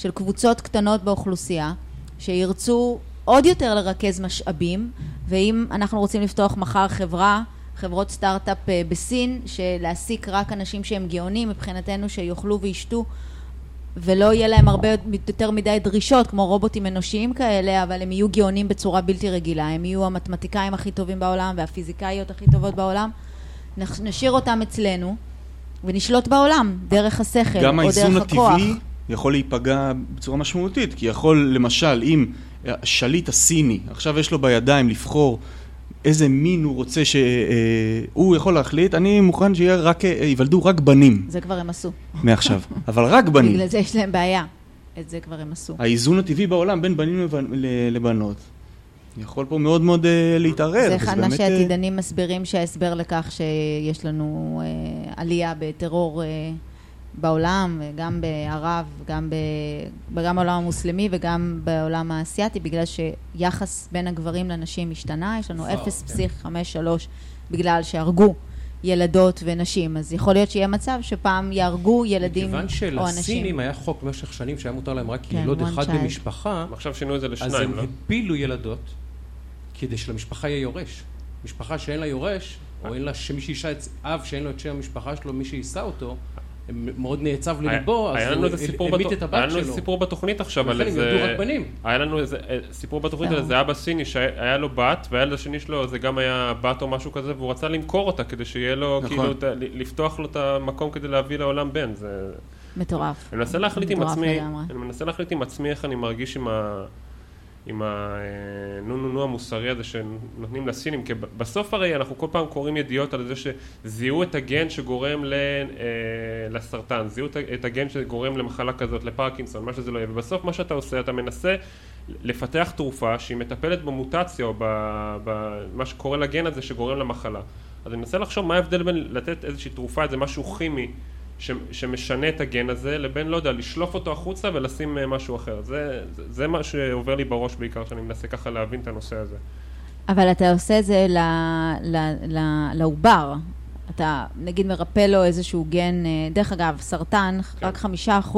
של קבוצות קטנות באוכלוסייה, שירצו עוד יותר לרכז משאבים, ואם אנחנו רוצים לפתוח מחר חברות סטארט-אפ בסין, שלהעסיק רק אנשים שהם גאונים, מבחינתנו שיוכלו וישתו, ולא יהיה להם הרבה יותר מדי דרישות, כמו רובוטים אנושיים כאלה, אבל הם יהיו גאונים בצורה בלתי רגילה, הם יהיו המתמטיקאים הכי טובים בעולם, והפיזיקאיות הכי טובות בעולם, נשאיר אותם אצלנו, ונשלוט בעולם, דרך השכל, או דרך הכוח. גם האיזון הטבעי יכול להיפגע בצורה משמעותית, כי יכול, למשל, אם השליט הסיני, עכשיו יש לו בידיים לבחור איזה מין הוא רוצה שהוא יכול להחליט, אני מוכן שיוולדו רק בנים. זה כבר הם עשו. מעכשיו, אבל רק בנים. בגלל זה יש להם בעיה. את זה כבר הם עשו. האיזון הטבעי בעולם בין בנים לבנות יכול פה מאוד מאוד להתערר. זה אחד מה שהעתידנים מסבירים שההסבר לכך שיש לנו עלייה בטרור בעולם, גם בערב, גם בעולם המוסלמי וגם בעולם האסייתי, בגלל שיחס בין הגברים לנשים השתנה, יש לנו 0.53 בגלל שהרגו ילדות ונשים, אז יכול להיות שיהיה מצב שפעם יהרגו ילדים או אנשים. מכיוון שלסינים היה חוק במשך שנים שהיה מותר להם רק ילוד אחד במשפחה, עכשיו שינו את זה לשניים, אז הם לא? הפילו ילדות כדי שלמשפחה יהיה יורש. משפחה שאין לה יורש, או אין לה שמישהי אישה אב שאין לו את שם המשפחה שלו, מי שיישא אותו, מאוד נעצב ללבו, אז הוא המיט את הבת שלו. היה לנו איזה סיפור בתוכנית עכשיו על איזה... הם ילדו רק בנים. היה לנו איזה סיפור בתוכנית על איזה אבא סיני שהיה לו בת, והילד השני שלו זה גם היה בת או משהו כזה, והוא רצה למכור אותה כדי שיהיה לו, כאילו, לפתוח לו את המקום כדי להביא לעולם בן. זה... מטורף. אני מנסה להחליט עם עצמי איך אני מרגיש עם הנו המוסרי הזה שנותנים לסינים, כי בסוף הרי אנחנו כל פעם קוראים ידיעות על זה שזיהו את הגן שגורם לסרטן, זיהו את הגן שגורם למחלה כזאת, לפרקינסון, מה שזה לא יהיה, ובסוף מה שאתה עושה, אתה מנסה לפתח תרופה שהיא מטפלת במוטציה או במה שקורה לגן הזה שגורם למחלה. אז אני מנסה לחשוב מה ההבדל בין לתת איזושהי תרופה, איזה משהו כימי שמשנה את הגן הזה, לבין, לא יודע, לשלוף אותו החוצה ולשים משהו אחר. זה מה שעובר לי בראש בעיקר, שאני מנסה ככה להבין את הנושא הזה. אבל אתה עושה את זה לעובר. אתה, נגיד, מרפא לו איזשהו גן, דרך אגב, סרטן, כן. רק 5%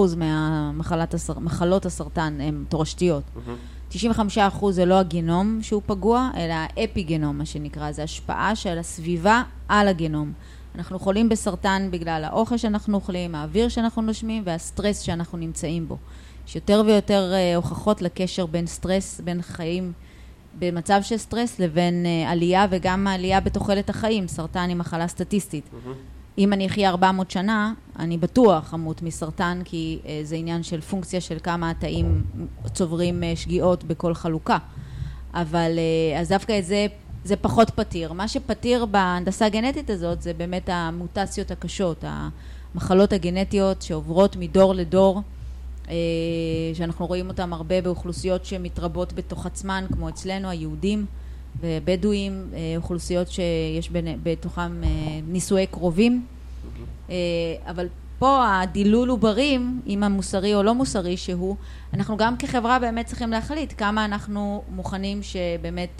מהמחלות הסרטן הן תורשתיות. 95% זה לא הגנום שהוא פגוע, אלא האפיגנום, מה שנקרא, זה השפעה של הסביבה על הגנום. אנחנו חולים בסרטן בגלל האוכל שאנחנו אוכלים, האוויר שאנחנו נושמים והסטרס שאנחנו נמצאים בו. יש יותר ויותר הוכחות לקשר בין סטרס, בין חיים במצב של סטרס לבין עלייה וגם העלייה בתוחלת החיים. סרטן היא מחלה סטטיסטית. אם אני אחיה 400 שנה, אני בטוח אמות מסרטן, כי זה עניין של פונקציה של כמה התאים צוברים שגיאות בכל חלוקה. אבל אז דווקא את זה פחות פתיר. מה שפתיר בהנדסה הגנטית הזאת זה באמת המוטציות הקשות, המחלות הגנטיות שעוברות מדור לדור, שאנחנו רואים אותם הרבה באוכלוסיות שמתרבות בתוך עצמן, כמו אצלנו היהודים ובדואים, אוכלוסיות שיש בתוכם נישואי קרובים. אבל פה הדילול עוברים, אם המוסרי או לא מוסרי שהוא, אנחנו גם כחברה באמת צריכים להחליט כמה אנחנו מוכנים שבאמת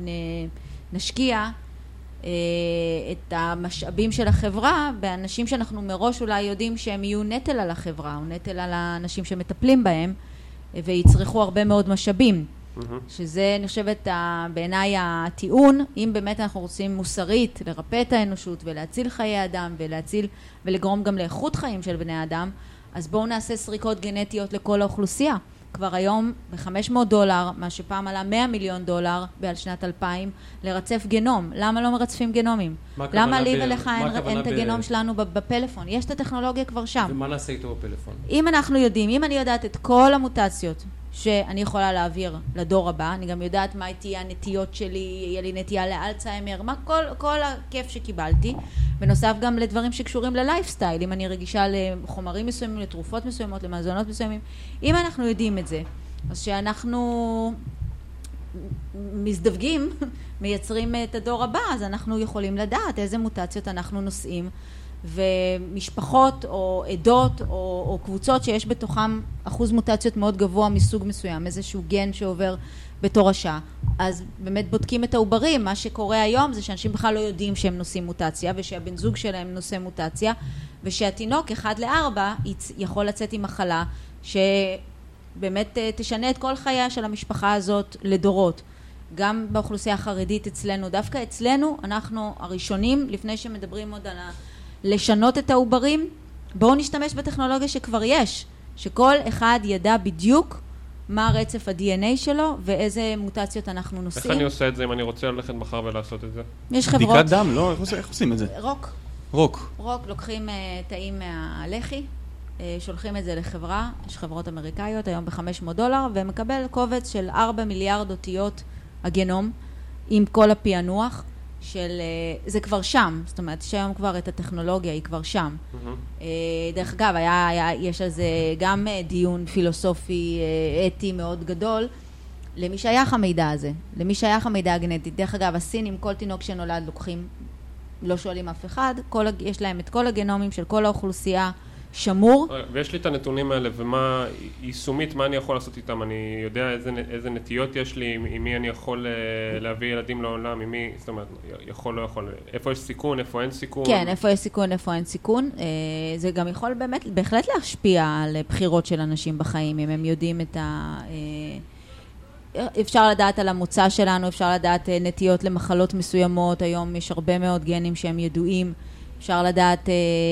נשקיע את המשאבים של החברה באנשים שאנחנו מראש אולי יודעים שהם יהיו נטל על החברה או נטל על האנשים שמטפלים בהם ויצרכו הרבה מאוד משאבים. שזה אני חושבת בעיניי הטיעון, אם באמת אנחנו רוצים מוסרית לרפא את האנושות ולהציל חיי אדם ולגרום גם לאיכות חיים של בני אדם, אז בואו נעשה סריקות גנטיות לכל האוכלוסייה. כבר היום ב$500, מה שפעם עלה $100 מיליון בעל שנת 2000, לרצף גנום. למה לא מרצפים גנומים? למה לי ולך אין את הגנום שלנו בפלאפון? יש את הטכנולוגיה כבר שם. ומה נעשה איתו בפלאפון? אם אנחנו יודעים, אם אני יודעת את כל המוטציות שאני יכולה להעביר לדור הבא, אני גם יודעת מה תהיה הנטיות שלי, יהיה לי נטייה לאלצהיימר, כל הכיף שקיבלתי, בנוסף גם לדברים שקשורים ללייפסטייל, אם אני רגישה לחומרים מסוימים, לתרופות מסוימות, למזונות מסוימים, אם אנחנו יודעים את זה, אז שאנחנו מזדווגים, מייצרים את הדור הבא, אז אנחנו יכולים לדעת איזה מוטציות אנחנו נושאים, ומשפחות או עדות או קבוצות שיש בתוכם אחוז מוטציות מאוד גבוה מסוג מסוים, איזשהו גן שעובר בתורשה, אז באמת בודקים את העוברים. מה שקורה היום זה שאנשים בכלל לא יודעים שהם נושאים מוטציה, ושהבן זוג שלהם נושא מוטציה, ושהתינוק 1 ל-4 יכול לצאת עם מחלה באמת תשנה את כל חייה של המשפחה הזאת לדורות. גם באוכלוסייה החרדית אצלנו, דווקא אצלנו, אנחנו הראשונים, לפני שמדברים עוד על לשנות את העוברים, בואו נשתמש בטכנולוגיה שכבר יש, שכל אחד ידע בדיוק מה רצף ה-DNA שלו ואיזה מוטציות אנחנו נושאים. איך אני עושה את זה אם אני רוצה ללכת מחר ולעשות את זה? יש חברות... בדיקת דם, לא? איך עושים את זה? רוק, לוקחים תאים מהלחי, שולחים את זה לחברה, יש חברות אמריקאיות היום $500, ומקבל קובץ של 4 מיליארד אותיות הגנום, עם כל הפענוח של... זה כבר שם, זאת אומרת שהיום כבר את הטכנולוגיה היא כבר שם. דרך אגב, יש על זה גם דיון פילוסופי אתי מאוד גדול, למי שייך המידע הזה, למי שייך המידע הגנטי. דרך אגב, הסינים, כל תינוק שנולד לוקחים, לא שואלים אף אחד, יש להם את כל הגנומים של כל האוכלוסייה שמור. ויש לי את הנתונים האלה, ומה יישומית, מה אני יכול לעשות איתם? אני יודע איזה נטיות יש לי, עם מי אני יכול להביא ילדים לעולם, עם מי, זאת אומרת, יכול, לא יכול, איפה יש סיכון, איפה אין סיכון? כן, איפה יש סיכון, איפה אין סיכון. זה גם יכול באמת, בהחלט להשפיע על בחירות של אנשים בחיים, אם הם יודעים את ה... אפשר לדעת על המוצא שלנו, אפשר לדעת נטיות למחלות מסוימות, היום יש הרבה מאוד גנים שהם ידועים, אפשר לדעת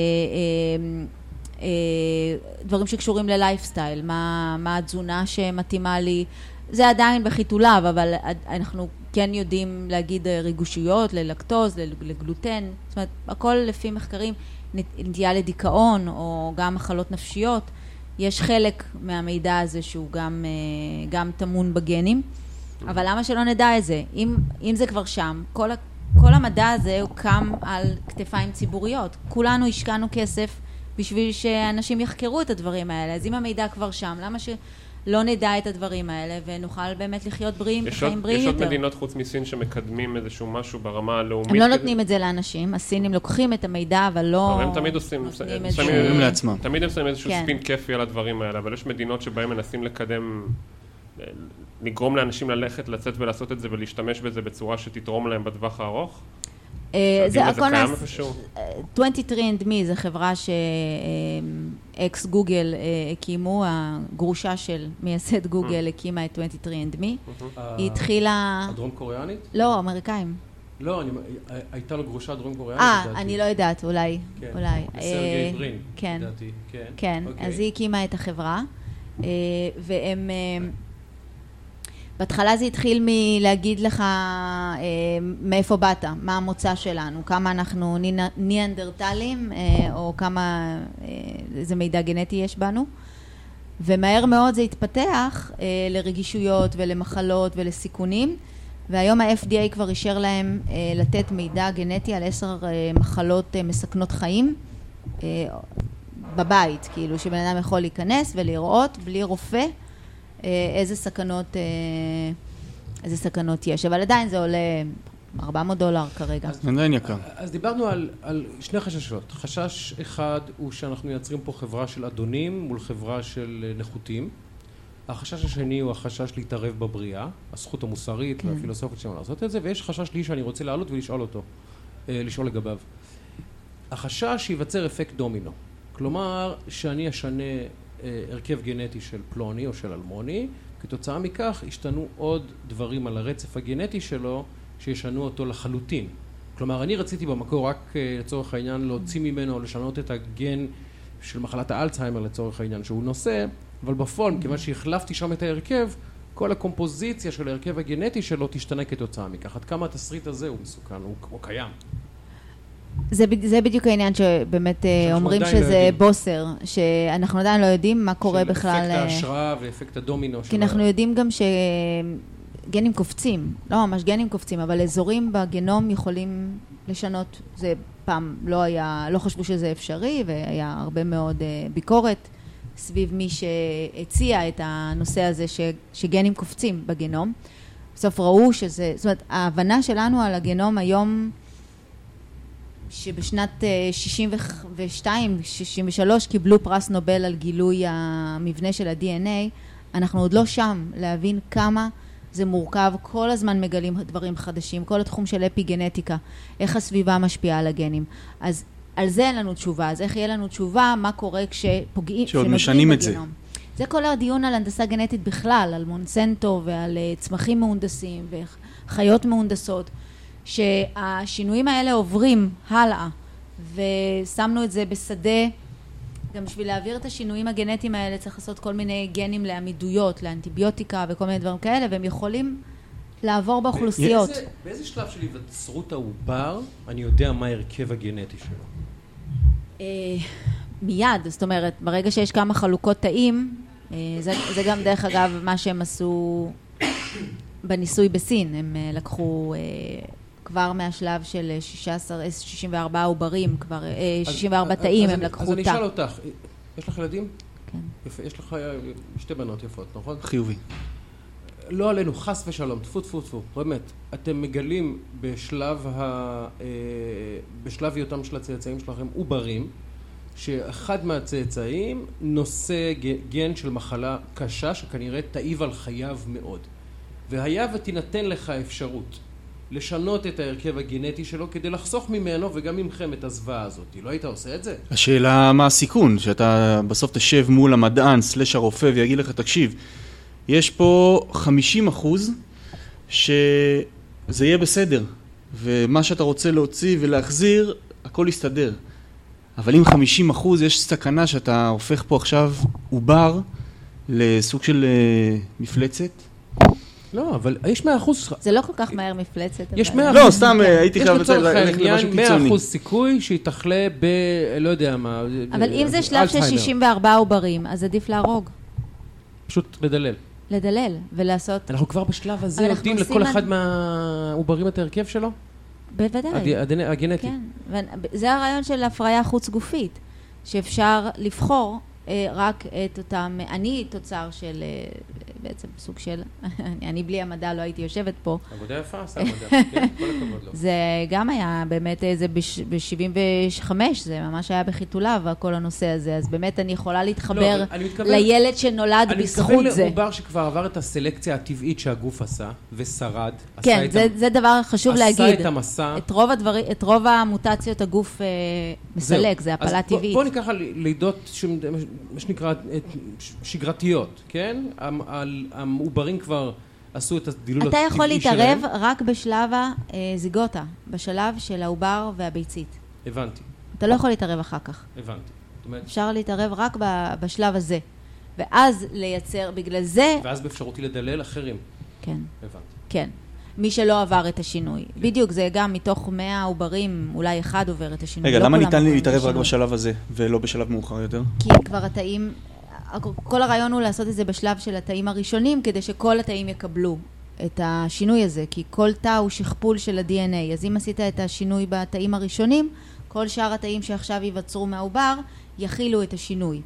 דברים שקשורים ללייפסטייל, מה התזונה שמתאימה לי, זה עדיין בחיתוליו, אבל אנחנו כן יודעים להגיד ריגושיות, ללקטוז, לגלוטן, זאת אומרת, הכל לפי מחקרים, נטייה לדיכאון או גם מחלות נפשיות, יש חלק מהמידע הזה שהוא גם תמון בגנים, אבל למה שלא נדע את זה? אם זה כבר שם, כל המדע הזה הוא קם על כתפיים ציבוריות. כולנו השקענו כסף בשביל שאנשים יחקרו את הדברים האלה. אז אם המידע כבר שם, למה שלא נדע את הדברים האלה ונוכל באמת לחיות חיים בריאים יותר? יש עוד מדינות חוץ מסין שמקדמים איזשהו משהו ברמה הלאומית? הם לא נותנים את זה לאנשים. הסינים לוקחים את המידע, אבל לא... הם תמיד עושים... שמים לעצמם. תמיד הם שמים איזשהו ספין כיפי על הדברים האלה, אבל יש מדינות שבהם מנסים לקדם... לגרום לאנשים לצאת ולעשות את זה ולהשתמש בזה בצורה שתתרום להם בטווח הארוך? זה קיים איפשהו? 23andMe זה חברה שאקס גוגל הקימו, הגרושה של מייסד גוגל הקימה את 23andMe. היא התחילה... הדרום קוריאנית? לא, אמריקאים. לא, הייתה לו גרושה דרום קוריאנית. אני לא יודעת, אולי. סרגי ברין, כן. לדעתי. כן, אז היא הקימה את החברה, והם... בהתחלה זה התחיל מלהגיד לך מאיפה באת, מה המוצא שלנו, כמה אנחנו ניאנדרטלים, או כמה איזה מידע גנטי יש בנו. ומהר מאוד זה התפתח לרגישויות ולמחלות ולסיכונים, והיום ה-FDA כבר אישר להם לתת מידע גנטי על 10 מחלות מסכנות חיים בבית, כאילו שבן אדם יכול להיכנס ולראות בלי רופא איזה סכנות יש, אבל עדיין זה עולה $400 כרגע. עדיין יקר. אז דיברנו על שני חששות. חשש אחד הוא שאנחנו מייצרים פה חברה של אדונים מול חברה של נחותים. החשש השני הוא החשש להתערב בבריאה, הזכות המוסרית והפילוסופית שלנו לעשות את זה, ויש חשש לי שאני רוצה לעלות ולשאול אותו, לשאול לגביו. החשש שיווצר אפקט דומינו. כלומר, שאני אשנה הרכב גנטי של פלוני או של אלמוני, כתוצאה מכך השתנו עוד דברים על הרצף הגנטי שלו שישנו אותו לחלוטין. כלומר, אני רציתי במקור רק לצורך העניין להוציא ממנו או לשנות את הגן של מחלת האלצהיימר לצורך העניין שהוא נושא, אבל בפועל, כיוון שהחלפתי שם את ההרכב, כל הקומפוזיציה של ההרכב הגנטי שלו תשתנה כתוצאה מכך. עד כמה התסריט הזה הוא מסוכן, הוא קיים. זה בדיוק העניין שבאמת אומרים שזה בוסר, שאנחנו עדיין לא יודעים מה קורה בכלל. אפקט ההשראה ואפקט הדומינו. כי אנחנו יודעים גם שגנים קופצים, לא ממש גנים קופצים, אבל אזורים בגנום יכולים לשנות. זה פעם לא חשבו שזה אפשרי, והיה הרבה מאוד ביקורת סביב מי שהציע את הנושא הזה שגנים קופצים בגנום. בסוף ראו שזה, זאת אומרת, ההבנה שלנו על הגנום היום, שבשנת 62-63 קיבלו פרס נובל על גילוי המבנה של ה-DNA, אנחנו עוד לא שם להבין כמה זה מורכב, כל הזמן מגלים דברים חדשים, כל התחום של אפיגנטיקה, איך הסביבה משפיעה על הגנים. אז על זה אין לנו תשובה, אז איך יהיה לנו תשובה, מה קורה כשפוגעים, שעוד משנים את זה. זה כל הדיון על הנדסה גנטית בכלל, על מונסנטו ועל צמחים מהונדסים וחיות מהונדסות, שהשינויים האלה עוברים הלאה, ושמנו את זה בשדה. גם בשביל להעביר את השינויים הגנטיים האלה צריך לעשות כל מיני גנים לעמידויות, לאנטיביוטיקה וכל מיני דברים כאלה, והם יכולים לעבור באוכלוסיות. באיזה שלב של היווצרות העובר אני יודע מה הרכב הגנטי שלו? מיד, זאת אומרת, ברגע שיש כמה חלוקות תאים, זה גם דרך אגב מה שהם עשו בניסוי בסין, הם לקחו כבר מהשלב של 64 עוברים, כבר 64 תאים הם לקחו אותה. אז אני אשאל אותך, יש לך ילדים? כן. יפה, יש לך שתי בנות יפות, נכון? חיובי. לא עלינו, חס ושלום, תפו תפו תפו, באמת, אתם מגלים בשלב היותם של הצאצאים שלכם עוברים, שאחד מהצאצאים נושא גן של מחלה קשה שכנראה תעיב על חייו מאוד. והיה ותינתן לך אפשרות לשנות את ההרכב הגנטי שלו כדי לחסוך ממנו וגם ממכם את הזוועה הזאת. לא היית עושה את זה? השאלה מה הסיכון, שאתה בסוף תשב מול המדען סלש הרופא ויגיד לך, תקשיב, יש פה 50% שזה יהיה בסדר, ומה שאתה רוצה להוציא ולהחזיר, הכל יסתדר. אבל אם 50% יש סכנה שאתה הופך פה עכשיו עובר לסוג של מפלצת. לא, אבל יש 100%. זה לא כל כך מהר מפלצת. יש 100%. לא, סתם הייתי חייב ללכת למשהו קיצוני. 100% סיכוי שיתחלה לא יודע מה. אבל אם זה שלב של 64 עוברים, אז עדיף להרוג. פשוט לדלל. לדלל ולעשות... אנחנו כבר בשלב הזה יודעים לכל אחד מהעוברים את ההרכב שלו? בוודאי. הגנטי. כן, זה הרעיון של הפריה חוץ גופית, שאפשר לבחור רק את אותם... אני תוצר של... בעצם סוג של... אני בלי המדע לא הייתי יושבת פה. עבודה יפה, עשה עבודה. כן, כל הכבוד לו. זה גם היה באמת, זה ב-75, זה ממש היה בחיתוליו, כל הנושא הזה. אז באמת אני יכולה להתחבר לילד שנולד בזכות זה. אני מתכוון לעובר שכבר עבר את הסלקציה הטבעית שהגוף עשה, ושרד. כן, זה דבר חשוב להגיד. עשה את המסע. את רוב המוטציות הגוף מסלק, זה הפלה טבעית. בואו ניקח על לידות, מה שנקרא, שגרתיות, כן? העוברים כבר עשו את הדילול אתה הטבעי יכול שלהם. להתערב רק בשלב הזיגוטה, בשלב של העובר והביצית. הבנתי. אתה לא יכול להתערב אחר כך. הבנתי. אפשר להתערב רק בשלב הזה. ואז לייצר, בגלל זה... ואז באפשרותי לדלל אחרים. כן. הבנתי. כן. מי שלא עבר את השינוי. כן. בדיוק, זה גם מתוך 100 עוברים, אולי אחד עובר את השינוי. רגע, למה ניתן לי להתערב רק בשלב הזה, ולא בשלב מאוחר יותר? כי כבר התאים... כל הרעיון הוא לעשות את זה בשלב של התאים הראשונים, כדי שכל התאים יקבלו את השינוי הזה, כי כל תא הוא שכפול של ה-DNA. אז אם עשית את השינוי בתאים הראשונים, כל שאר התאים שעכשיו ייווצרו מהעובר, יכילו את השינוי.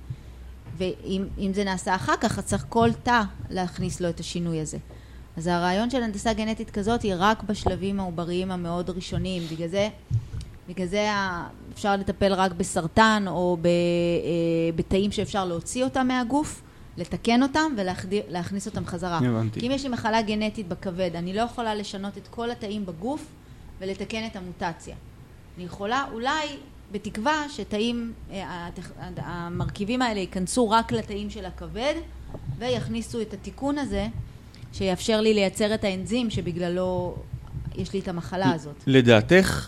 ואם זה נעשה אחר כך, אז צריך כל תא להכניס לו את השינוי הזה. אז הרעיון של הנדסה גנטית כזאת היא רק בשלבים העובריים המאוד ראשוניים. בגלל זה אפשר לטפל רק בסרטן או בתאים שאפשר להוציא אותם מהגוף, לתקן אותם ולהכניס אותם חזרה. הבנתי. כי אם יש לי מחלה גנטית בכבד, אני לא יכולה לשנות את כל התאים בגוף ולתקן את המוטציה. אני יכולה אולי בתקווה שתאים, המרכיבים האלה ייכנסו רק לתאים של הכבד ויכניסו את התיקון הזה שיאפשר לי לייצר את האנזים שבגללו יש לי את המחלה הזאת. לדעתך,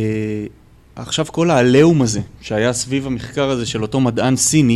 עכשיו כל העליהום הזה שהיה סביב המחקר הזה של אותו מדען סיני,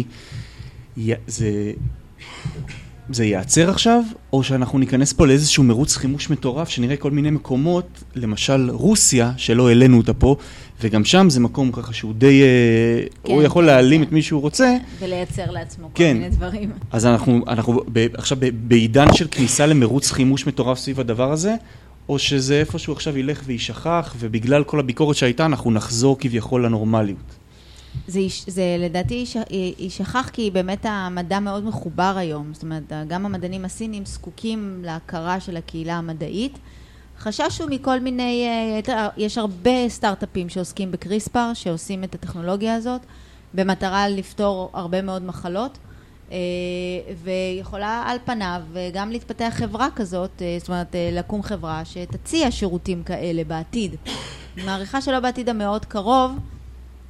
זה ייעצר עכשיו, או שאנחנו ניכנס פה לאיזשהו מרוץ חימוש מטורף, שנראה כל מיני מקומות, למשל רוסיה, שלא העלינו אותה פה, וגם שם זה מקום ככה שהוא די, כן, הוא יכול להעלים את מי שהוא רוצה. ולייצר לעצמו כן. כל מיני דברים. אז אנחנו עכשיו בעידן של כניסה למרוץ חימוש מטורף סביב הדבר הזה, או שזה איפשהו עכשיו ילך וישכח, ובגלל כל הביקורת שהייתה, אנחנו נחזור כביכול לנורמליות. זה לדעתי יישכח כי באמת המדע מאוד מחובר היום. זאת אומרת, גם המדענים הסינים זקוקים להכרה של הקהילה המדעית. חששו מכל מיני, יש הרבה סטארט-אפים שעוסקים בקריספר, שעושים את הטכנולוגיה הזאת, במטרה לפתור הרבה מאוד מחלות, ויכולה על פניו גם להתפתח חברה כזאת, זאת אומרת, לקום חברה שתציע שירותים כאלה בעתיד. אני מעריכה שלא בעתיד המאוד קרוב,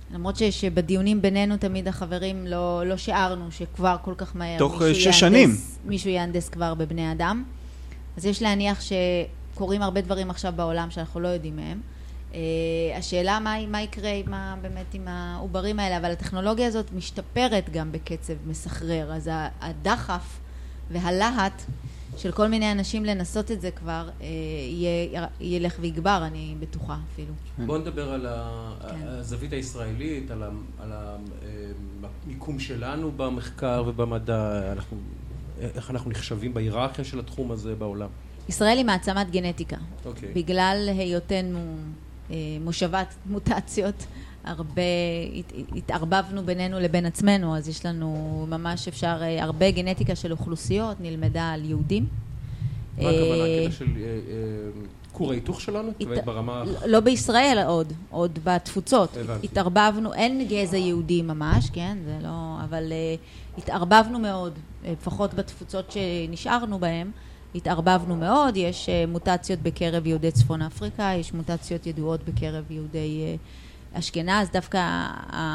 למרות שבדיונים בינינו תמיד החברים לא שיערנו שכבר כל כך מהר תוך 6 שנים מישהו יהנדס כבר בבני אדם. אז יש להניח שקורים הרבה דברים עכשיו בעולם שאנחנו לא יודעים מהם. השאלה מה יקרה באמת עם העוברים האלה, אבל הטכנולוגיה הזאת משתפרת גם בקצב מסחרר, אז הדחף והלהט של כל מיני אנשים לנסות את זה כבר ילך ויגבר, אני בטוחה אפילו. בואו נדבר על הזווית הישראלית, על המיקום שלנו במחקר ובמדע, איך אנחנו נחשבים בהיררכיה של התחום הזה בעולם. ישראל היא מעצמת גנטיקה. אוקיי. בגלל היותנו מושבת מוטציות, הרבה התערבבנו בינינו לבין עצמנו, אז יש לנו ממש אפשר, הרבה גנטיקה של אוכלוסיות נלמדה על יהודים. מה הכוונה? הקטע של כור ההיתוך שלנו? ברמה... לא בישראל עוד בתפוצות. התערבבנו, אין גזע יהודי ממש, כן, זה לא, אבל התערבבנו מאוד, לפחות בתפוצות שנשארנו בהן, התערבבנו מאוד, יש מוטציות בקרב יהודי צפון אפריקה, יש מוטציות ידועות בקרב יהודי אשכנז, דווקא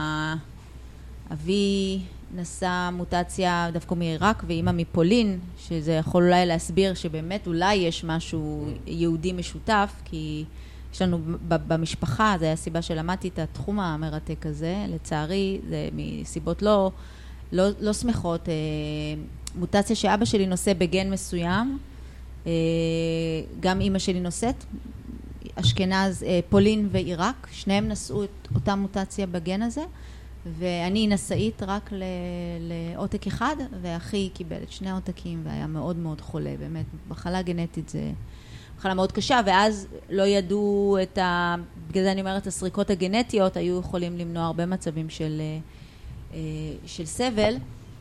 אבי נשא מוטציה דווקא מעיראק ואמא מפולין, שזה יכול אולי להסביר שבאמת אולי יש משהו יהודי משותף, כי יש לנו במשפחה, זה היה הסיבה שלמדתי את התחום המרתק הזה, לצערי זה מסיבות לא שמחות, מוטציה שאבא שלי נושא בגן מסוים, גם אמא שלי נושאת, אשכנז, פולין ועיראק, שניהם נשאו את אותה מוטציה בגן הזה, ואני נשאית רק לעותק אחד, ואחי קיבל את 2 עותקים והיה מאוד מאוד חולה, באמת, מחלה גנטית זה מחלה מאוד קשה, ואז לא ידעו בגלל זה אני אומרת, הסריקות הגנטיות היו יכולים למנוע הרבה מצבים של סבל,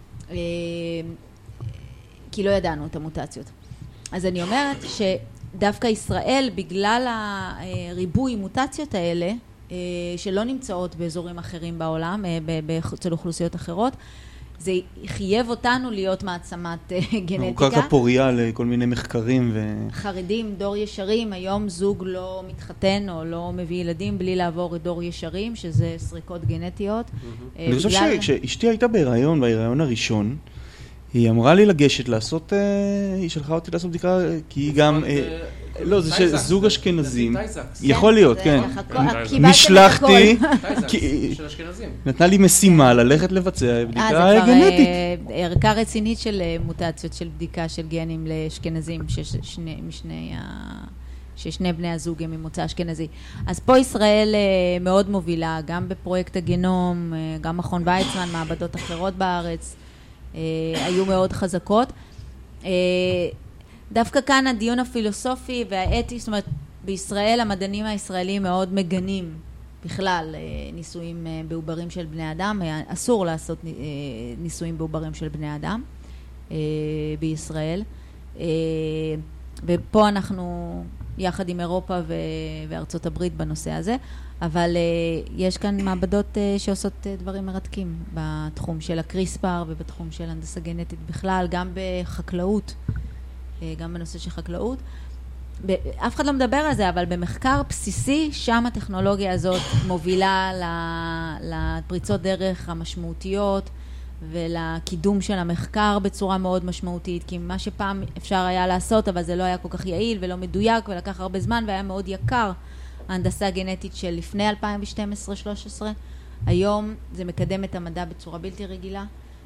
כי לא ידענו את המוטציות. אז אני אומרת שדווקא ישראל, בגלל הריבוי מוטציות האלה, שלא נמצאות באזורים אחרים בעולם, אצל אוכלוסיות אחרות, זה חייב אותנו להיות מעצמת גנטיקה. קרקע פוריה לכל מיני מחקרים חרדים, דור ישרים, היום זוג לא מתחתן או לא מביא ילדים בלי לעבור את דור ישרים, שזה סריקות גנטיות. אני חושב שאשתי הייתה בהיריון הראשון, היא אמרה לי לגשת לעשות, היא שלחה אותי לעשות בדיקה, כי היא גם, לא, זה זוג אשכנזים, יכול להיות, כן. נשלחתי, נתנה לי משימה ללכת לבצע בדיקה גנטית. ערכה רצינית של מוטציות, של בדיקה של גנים לאשכנזים, ששני בני הזוג הם ממוצא אשכנזי. אז פה ישראל מאוד מובילה, גם בפרויקט הגנום, גם מכון ויצמן, מעבדות אחרות בארץ, היו מאוד חזקות. דווקא כאן הדיון הפילוסופי והאתי, זאת אומרת, בישראל המדענים הישראלים מאוד מגנים בכלל ניסויים בעוברים של בני אדם, אסור לעשות ניסויים בעוברים של בני אדם בישראל, ופה אנחנו יחד עם אירופה וארצות הברית בנושא הזה, אבל יש כאן מעבדות שעושות דברים מרתקים בתחום של הקריספר ובתחום של הנדסה גנטית בכלל, גם בחקלאות, גם בנושא של חקלאות. אף אחד לא מדבר על זה, אבל במחקר בסיסי, שם הטכנולוגיה הזאת מובילה לפריצות דרך המשמעותיות ולקידום של המחקר בצורה מאוד משמעותית, כי מה שפעם אפשר היה לעשות, אבל זה לא היה כל כך יעיל ולא מדויק ולקח הרבה זמן והיה מאוד יקר, ההנדסה הגנטית של לפני 2012-2013, היום זה מקדם את המדע בצורה בלתי רגילה,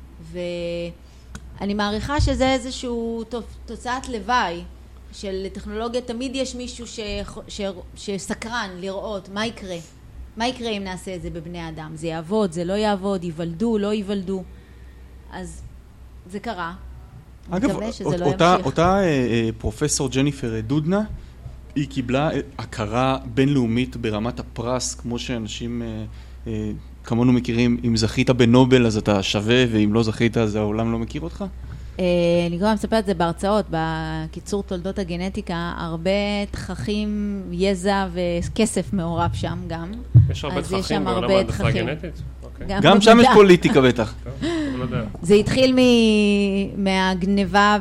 ואני מעריכה שזה איזשהו תוצאת לוואי של טכנולוגיה, תמיד יש מישהו שסקרן לראות מה יקרה. מה יקרה אם נעשה את זה בבני אדם? זה יעבוד, זה לא יעבוד, ייוולדו, לא ייוולדו. אז זה קרה. אגב, אותה פרופסור ג'ניפר דודנה, היא קיבלה הכרה בינלאומית ברמת הפרס, כמו שאנשים כמונו מכירים, אם זכית בנובל אז אתה שווה, ואם לא זכית אז העולם לא מכיר אותך? אני כבר מספר את זה בהרצאות, בקיצור תולדות הגנטיקה, הרבה תככים, יזע וכסף מעורב שם גם. יש הרבה תככים בעולם ההנדסה הגנטית? גם שם יש פוליטיקה בטח. מדע. זה התחיל מהגניבה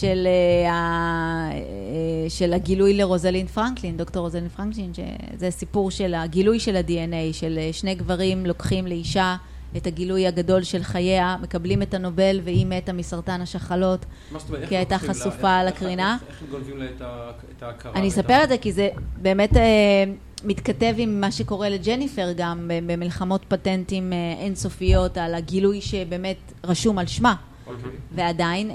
של הגילוי לרוזלין פרנקלין, דוקטור רוזלין פרנקלין, שזה סיפור של הגילוי של ה-DNA, של שני גברים לוקחים לאישה את הגילוי הגדול של חייה, מקבלים את הנובל והיא מתה מסרטן השחלות, כי הייתה חשופה לקרינה. איך הם גולבים לה את ההכרה? אני אספר את זה כי זה באמת מתכתב עם מה שקורה לג'ניפר גם במלחמות פטנטים אינסופיות על הגילוי שבאמת רשום על שמה. ועדיין,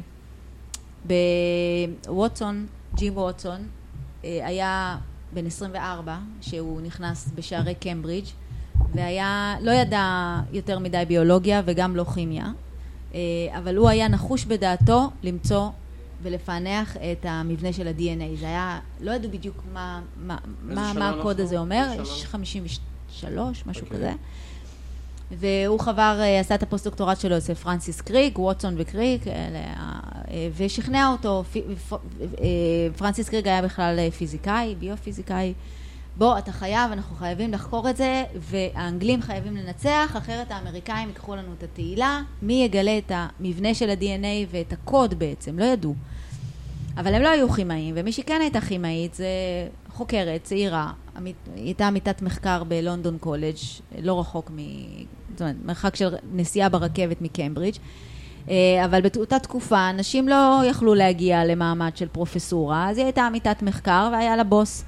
בווטסון, ג'ים ווטסון, היה בן 24 שהוא נכנס בשערי קמברידג' והיה, לא ידע יותר מדי ביולוגיה וגם לא כימיה, אבל הוא היה נחוש בדעתו למצוא ולפענח את המבנה של ה-DNA. זה היה, לא ידעו בדיוק מה הקוד הזה אומר, 53, משהו כזה. והוא עשה את הפוסט-דוקטורט שלו אצל פרנסיס קריק, ווטסון וקריק, ושכנע אותו. פרנסיס קריק היה בכלל פיזיקאי, ביו-פיזיקאי. בוא, אתה חייב, אנחנו חייבים לחקור את זה, והאנגלים חייבים לנצח, אחרת האמריקאים ייקחו לנו את התהילה. מי יגלה את המבנה של ה-DNA ואת הקוד בעצם? לא ידעו. אבל הם לא היו כימאים, ומי שכן הייתה כימאית זה חוקרת, צעירה. היא הייתה עמיתת מחקר בלונדון קולג', לא רחוק זאת אומרת, מרחק של נסיעה ברכבת מקמברידג'. אבל באותה תקופה, אנשים לא יכלו להגיע למעמד של פרופסורה, אז היא הייתה עמיתת מחקר והיה לה בוס.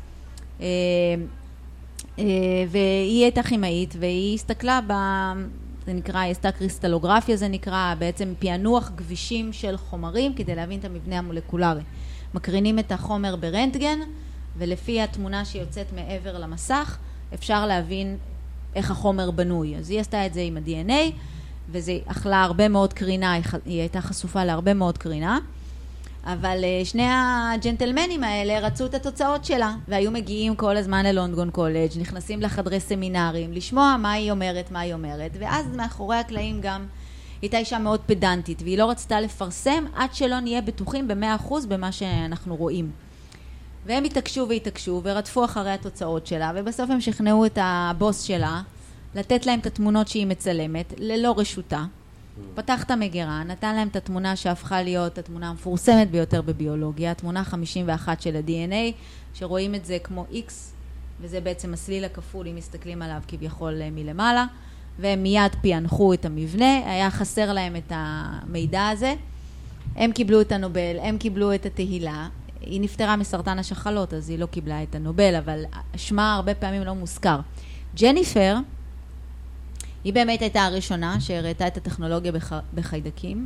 והיא הייתה כימאית, והיא הסתכלה זה נקרא, היא עשתה קריסטלוגרפיה, זה נקרא בעצם פענוח גבישים של חומרים כדי להבין את המבנה המולקולרי. מקרינים את החומר ברנטגן, ולפי התמונה שיוצאת מעבר למסך, אפשר להבין איך החומר בנוי. אז היא עשתה את זה עם ה-DNA, וזה אכלה הרבה מאוד קרינה, היא הייתה חשופה להרבה מאוד קרינה, אבל שני הג'נטלמנים האלה רצו את התוצאות שלה, והיו מגיעים כל הזמן ללונדון קולג', נכנסים לחדרי סמינרים, לשמוע מה היא אומרת, ואז מאחורי הקלעים גם הייתה אישה מאוד פדנטית, והיא לא רצתה לפרסם עד שלא נהיה בטוחים ב100% במה שאנחנו רואים. והם התעקשו ורדפו אחרי התוצאות שלה, ובסוף הם שכנעו את הבוס שלה לתת להם את התמונות שהיא מצלמת, ללא רשותה. פתח את המגירה, נתן להם את התמונה שהפכה להיות התמונה המפורסמת ביותר בביולוגיה, התמונה 51 של ה-DNA, שרואים את זה כמו X, וזה בעצם הסליל הכפול, אם מסתכלים עליו כביכול מלמעלה, והם מיד פענחו את המבנה, היה חסר להם את המידע הזה, הם קיבלו את הנובל, הם קיבלו את התהילה, היא נפטרה מסרטן השחלות, אז היא לא קיבלה את הנובל, אבל שמה הרבה פעמים לא מוזכר. ג'ניפר, היא באמת הייתה הראשונה שהראתה את הטכנולוגיה בחיידקים,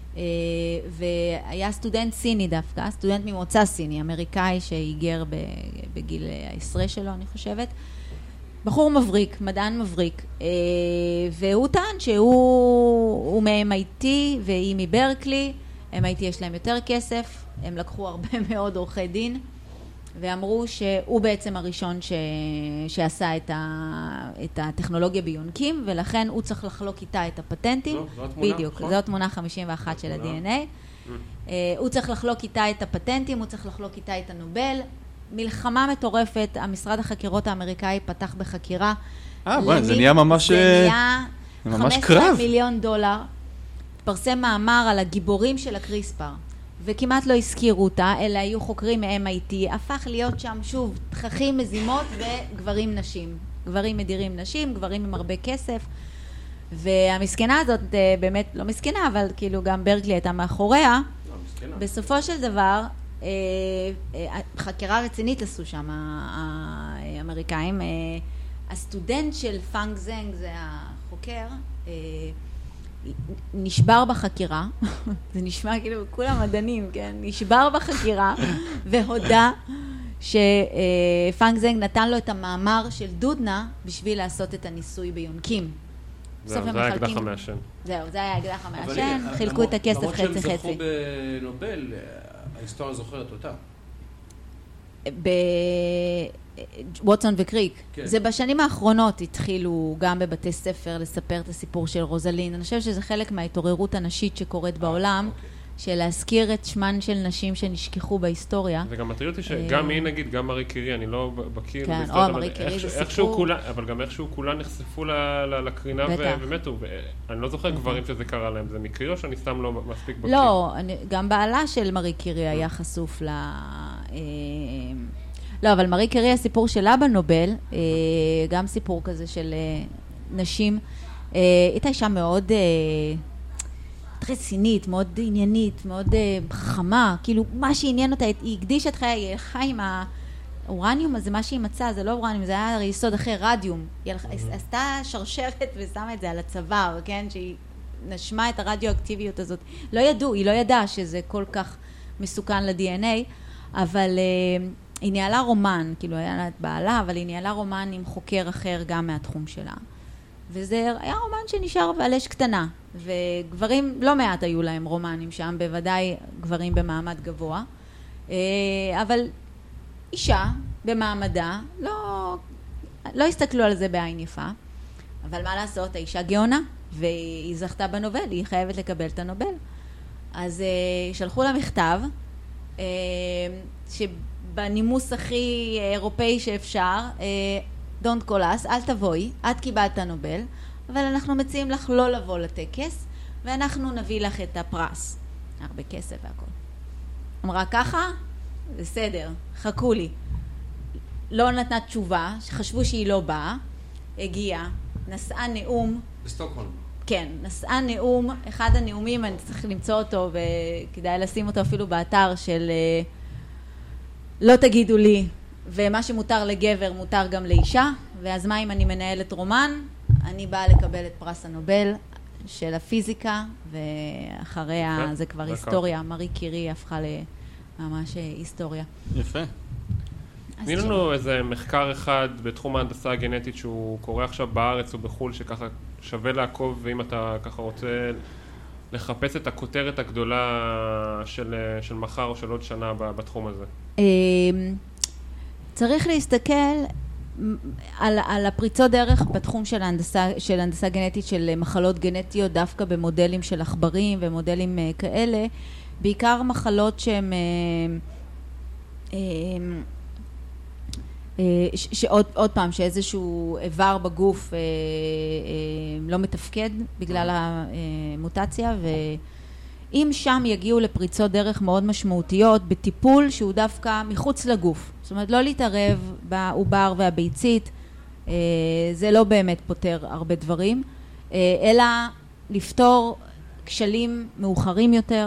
והיה סטודנט סיני דווקא, סטודנט ממוצא סיני, אמריקאי שהיגר בגיל העשרה שלו, אני חושבת. בחור מבריק, מדען מבריק, והוא טען שהוא מ-MIT והיא מברקלי, MIT יש להם יותר כסף, הם לקחו הרבה מאוד עורכי דין, ואמרו שהוא בעצם הראשון שעשה את הטכנולוגיה ביונקים, ולכן הוא צריך לחלוק איתה את הפטנטים. בדיוק, זו התמונה 51 של ה-DNA. הוא צריך לחלוק איתה את הפטנטים, הוא צריך לחלוק איתה את הנובל. מלחמה מטורפת, המשרד החקירות האמריקאי פתח בחקירה. זה נהיה ממש קרב. $15 מיליון. פרסם מאמר על הגיבורים של הקריספר. וכמעט לא הזכירו אותה, אלא היו חוקרים מ-MIT, הפך להיות שם שוב תככים, מזימות וגברים נשים. גברים מדירים נשים, גברים עם הרבה כסף. והמסכנה הזאת, באמת לא מסכנה, אבל כאילו גם ברקלי הייתה מאחוריה. בסופו של דבר, חקירה רצינית עשו שם האמריקאים. הסטודנט של פאנג זנג, זה החוקר, נשבר בחקירה, זה נשמע כאילו כולם מדענים, כן? נשבר בחקירה והודה שפאנג זנג נתן לו את המאמר של דודנה בשביל לעשות את הניסוי ביונקים. זהו, זה היה אקדח המעשן. זהו, זה היה אקדח המעשן, חילקו את הכסף חצי חצי. למרות שהם זכו בנובל, ההיסטוריה זוכרת אותה. ווטסון וקריק. כן. זה בשנים האחרונות התחילו גם בבתי ספר לספר את הסיפור של רוזלין. אני חושבת שזה חלק מההתעוררות הנשית שקורית בעולם, של להזכיר את שמן של נשים שנשכחו בהיסטוריה. זה גם מטריד אותי שגם היא נגיד, גם מארי קירי, אני לא בקיר, כן, מארי קירי זה סיפור. אבל גם איכשהו כולן נחשפו לקרינה ומתו, ואני לא זוכר גברים שזה קרה להם, זה מקרי או שאני סתם לא מספיק בקיר? לא, גם בעלה של מארי קירי היה חשוף לא, אבל מארי קירי, הסיפור שלה בנובל, גם סיפור כזה של נשים, הייתה אישה מאוד רצינית, מאוד עניינית, מאוד חכמה, כאילו מה שעניין אותה, היא הקדישה את חיי, היא הלכה עם האורניום הזה, מה שהיא מצאה, זה לא אורניום, זה היה יסוד אחר, רדיום. היא עשתה שרשרת ושמה את זה על הצוואר, כן? שהיא נשמה את הרדיואקטיביות הזאת. לא ידעו, היא לא ידעה שזה כל כך מסוכן ל-DNA, אבל היא ניהלה רומן, כאילו היה לה את בעלה, אבל היא ניהלה רומן עם חוקר אחר גם מהתחום שלה. וזה היה רומן שנשאר על אש קטנה, וגברים לא מעט היו להם רומנים שם, בוודאי גברים במעמד גבוה, אבל אישה במעמדה, לא הסתכלו על זה בעין יפה, אבל מה לעשות, האישה גאונה, והיא זכתה בנובל, היא חייבת לקבל את הנובל. אז שלחו לה מכתב, שבנימוס הכי אירופאי שאפשר, Don't call us, אל תבואי, את קיבלת הנובל, אבל אנחנו מציעים לך לא לבוא לטקס, ואנחנו נביא לך את הפרס. הרבה כסף והכל. אמרה ככה, בסדר, חכו לי. לא נתנה תשובה, חשבו שהיא לא באה, הגיעה, נשאה נאום. בסטוקהולם. כן, נשאה נאום, אחד הנאומים, אני צריך למצוא אותו, וכדאי לשים אותו אפילו באתר של לא תגידו לי, ומה שמותר לגבר מותר גם לאישה, ואז מה אם אני מנהלת רומן? אני באה לקבל את פרס הנובל של הפיזיקה, ואחריה זה כבר היסטוריה, מארי קירי הפכה לממש היסטוריה. יפה. תני לנו איזה מחקר אחד בתחום ההנדסה הגנטית שהוא קורה עכשיו בארץ או בחול, שככה שווה לעקוב, ואם אתה ככה רוצה לחפש את הכותרת הגדולה של מחר או של עוד שנה בתחום הזה. צריך להסתכל על הפריצות דרך בתחום של הנדסה גנטית של מחלות גנטיות, דווקא במודלים של עכברים ומודלים כאלה, בעיקר מחלות שהן שעוד פעם שאיזשהו איבר בגוף לא מתפקד בגלל המוטציה, ואם שם יגיעו לפריצות דרך מאוד משמעותיות בטיפול שהוא דווקא מחוץ לגוף, זאת אומרת לא להתערב בעובר והביצית, זה לא באמת פותר הרבה דברים, אלא לפתור כשלים מאוחרים יותר,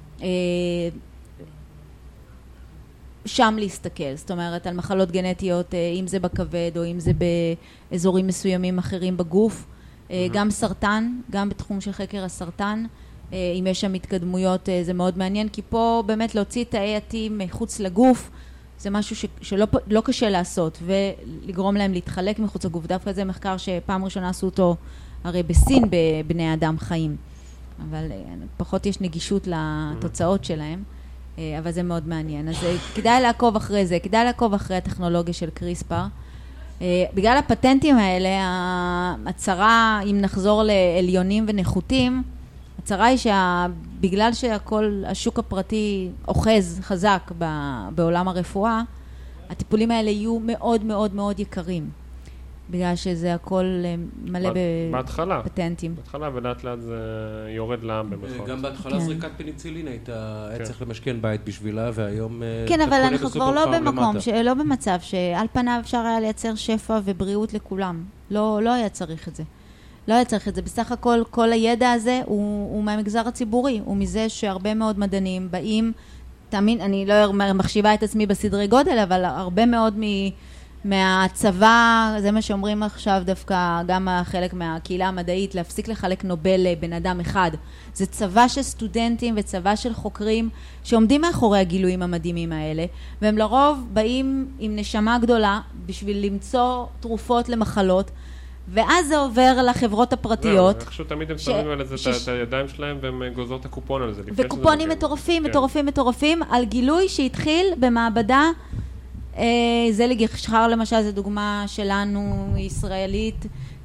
שם להסתכל, זאת אומרת על מחלות גנטיות, אם זה בכבד או אם זה באזורים מסוימים אחרים בגוף, גם סרטן, גם בתחום של חקר הסרטן, אם יש שם התקדמויות זה מאוד מעניין, כי פה באמת להוציא תאי עתים מחוץ לגוף, זה משהו שלא קשה לעשות, ולגרום להם להתחלק מחוץ לגוף. דווקא זה מחקר שפעם ראשונה עשו אותו הרי בסין בבני אדם חיים, אבל פחות יש נגישות לתוצאות שלהם. אבל זה מאוד מעניין. אז כדאי לעקוב אחרי זה, כדאי לעקוב אחרי הטכנולוגיה של קריספר. בגלל הפטנטים האלה, הצרה, אם נחזור לעליונים ונחותים, הצרה היא שבגלל שהכל, השוק הפרטי אוחז חזק בעולם הרפואה, הטיפולים האלה יהיו מאוד מאוד מאוד יקרים. בגלל שזה הכל מלא בפטנטים. בהתחלה ולאט לאט זה יורד לעם במחאות. גם בהתחלה זריקת פניצילין היה צריך למשכן בית בשבילה, והיום כן, אבל אנחנו כבר לא במקום, לא במצב שעל פניו אפשר היה לייצר שפע ובריאות לכולם. לא היה צריך את זה. לא היה צריך את זה. בסך הכל, כל הידע הזה הוא מהמגזר הציבורי, הוא מזה שהרבה מאוד מדענים באים, תאמין, אני לא מחשיבה את עצמי בסדרי גודל, אבל הרבה מאוד מהצבא, זה מה שאומרים עכשיו דווקא גם חלק מהקהילה המדעית, להפסיק לחלק נובל לבן אדם אחד. זה צבא של סטודנטים וצבא של חוקרים שעומדים מאחורי הגילויים המדהימים האלה, והם לרוב באים עם נשמה גדולה בשביל למצוא תרופות למחלות, ואז זה עובר לחברות הפרטיות. איכשהו תמיד הם שמים על זה את הידיים שלהם והם גוזרות את הקופון על זה. וקופונים מטורפים על גילוי שהתחיל במעבדה, זליג יחשחר למשל, זו דוגמה שלנו, ישראלית,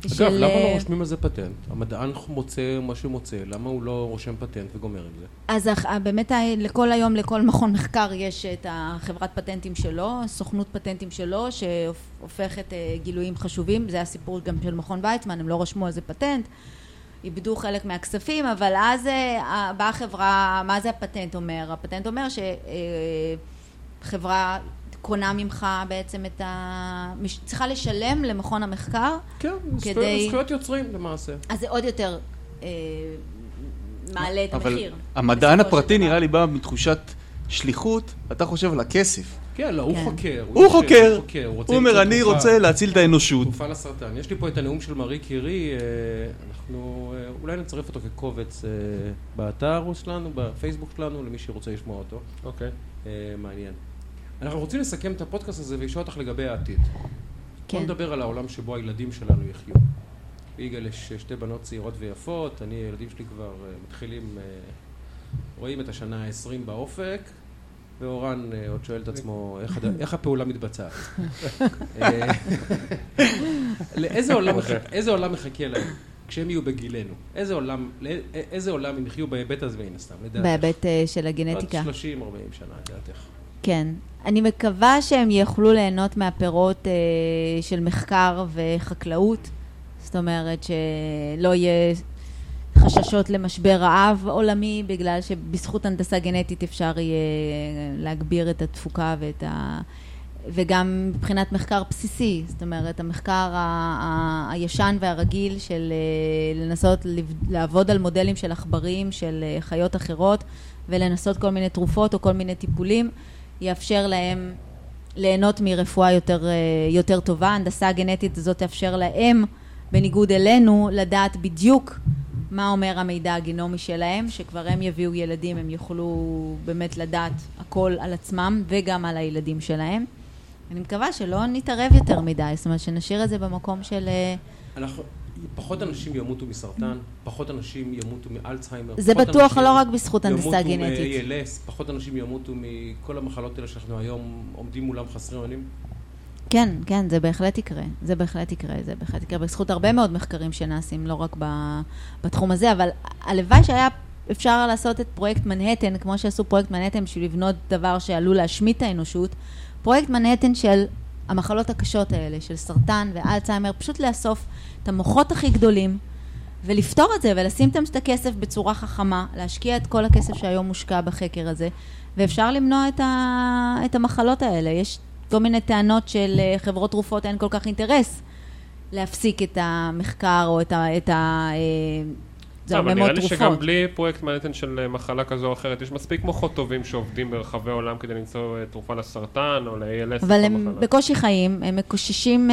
אגב, למה לא רושמים על זה פטנט? המדען מוצא מה שהוא מוצא, למה הוא לא רושם פטנט וגומר עם זה? אז באמת לכל היום, לכל מכון מחקר יש את החברת פטנטים שלו, סוכנות פטנטים שלו, שהופכת גילויים חשובים. זה הסיפור גם של מכון ויצמן, הם לא רשמו על זה פטנט, איבדו חלק מהכספים, אבל אז באה חברה, מה זה הפטנט אומר? הפטנט אומר שחברה קונה ממך בעצם צריכה לשלם למכון המחקר. כן, זכויות יוצרים למעשה. אז זה עוד יותר מעלה את המחיר. אבל המדען הפרטי נראה לי בא מתחושת שליחות, אתה חושב על הכסף. כן, לא, הוא חוקר. הוא חוקר. הוא אומר, אני רוצה להציל את האנושות. תרופה לסרטן. יש לי פה את הנאום של מארי קירי, אנחנו אולי נצרף אותו כקובץ באתר שלנו, בפייסבוק שלנו, למי שרוצה לשמוע אותו. אוקיי. מעניין. אנחנו רוצים לסכם את הפודקאסט הזה ולשאול אותך לגבי העתיד. כן. בוא נדבר על העולם שבו הילדים שלנו יחיו. ביגאל יש שתי בנות צעירות ויפות, הילדים שלי כבר מתחילים, רואים את השנה ה-20 באופק, ואורן עוד שואל את עצמו איך הפעולה מתבצעת. איזה עולם מחכה להם כשהם יהיו בגילנו? איזה עולם הם יחיו בהיבט הזה מן הסתם? בהיבט של הגנטיקה. 30-40 שנה, לדעתך. כן. אני מקווה שהם יוכלו ליהנות מהפירות של מחקר וחקלאות. זאת אומרת שלא יהיה חששות למשבר רעב עולמי, בגלל שבזכות הנדסה גנטית אפשר יהיה להגביר את התפוקה וגם מבחינת מחקר בסיסי. זאת אומרת, המחקר הישן והרגיל של לנסות לעבוד על מודלים של עכברים, של חיות אחרות, ולנסות כל מיני תרופות או כל מיני טיפולים, יאפשר להם ליהנות מרפואה יותר טובה. הנדסה הגנטית הזאת תאפשר להם, בניגוד אלינו, לדעת בדיוק מה אומר המידע הגנומי שלהם, שכבר הם יביאו ילדים, הם יוכלו באמת לדעת הכל על עצמם וגם על הילדים שלהם. אני מקווה שלא נתערב יותר מדי, זאת אומרת שנשאיר את זה במקום של... פחות אנשים ימותו מסרטן, פחות אנשים ימותו מאלצהיימר. זה בטוח לא רק בזכות הנדסה גנטית. ימותו מ-ALS, פחות אנשים ימותו מכל המחלות האלה שאנחנו היום עומדים מולם חסרי אונים. כן, כן, זה בהחלט יקרה. זה בהחלט יקרה. בזכות הרבה מאוד מחקרים שנעשים, לא רק בתחום הזה, אבל הלוואי שהיה אפשר לעשות את פרויקט מנהטן, כמו שעשו פרויקט מנהטן בשביל לבנות דבר שעלול להשמיט האנושות. פרויקט מנהטן של המחלות הקשות האלה, של סרטן ואלצהיימר, פשוט לאסוף את המוחות הכי גדולים, ולפתור את זה, ולשים את הכסף בצורה חכמה, להשקיע את כל הכסף שהיום מושקע בחקר הזה, ואפשר למנוע את המחלות האלה. יש כל מיני טענות של חברות תרופות, אין כל כך אינטרס להפסיק את המחקר, או זה הרבה מאוד תרופות. נראה לי שגם בלי פרויקט מנהטן של מחלה כזו או אחרת, יש מספיק מוחות טובים שעובדים ברחבי העולם כדי למצוא תרופה לסרטן או ל-ALS. אבל הם בקושי חיים, הם מקוששים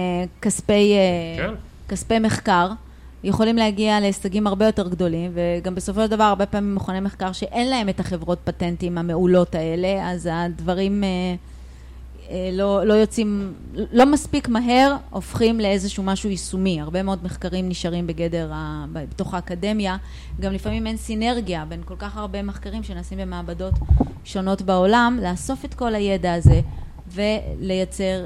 כספי מחקר, יכולים להגיע להישגים הרבה יותר גדולים, וגם בסופו של דבר הרבה פעמים מכוני מחקר שאין להם את החברות פטנטים המעולות האלה, אז הדברים לא יוצאים, לא מספיק מהר, הופכים לאיזשהו משהו יישומי. הרבה מאוד מחקרים נשארים בגדר, בתוך האקדמיה. גם לפעמים אין סינרגיה בין כל כך הרבה מחקרים שנעשים במעבדות שונות בעולם, לאסוף את כל הידע הזה ולייצר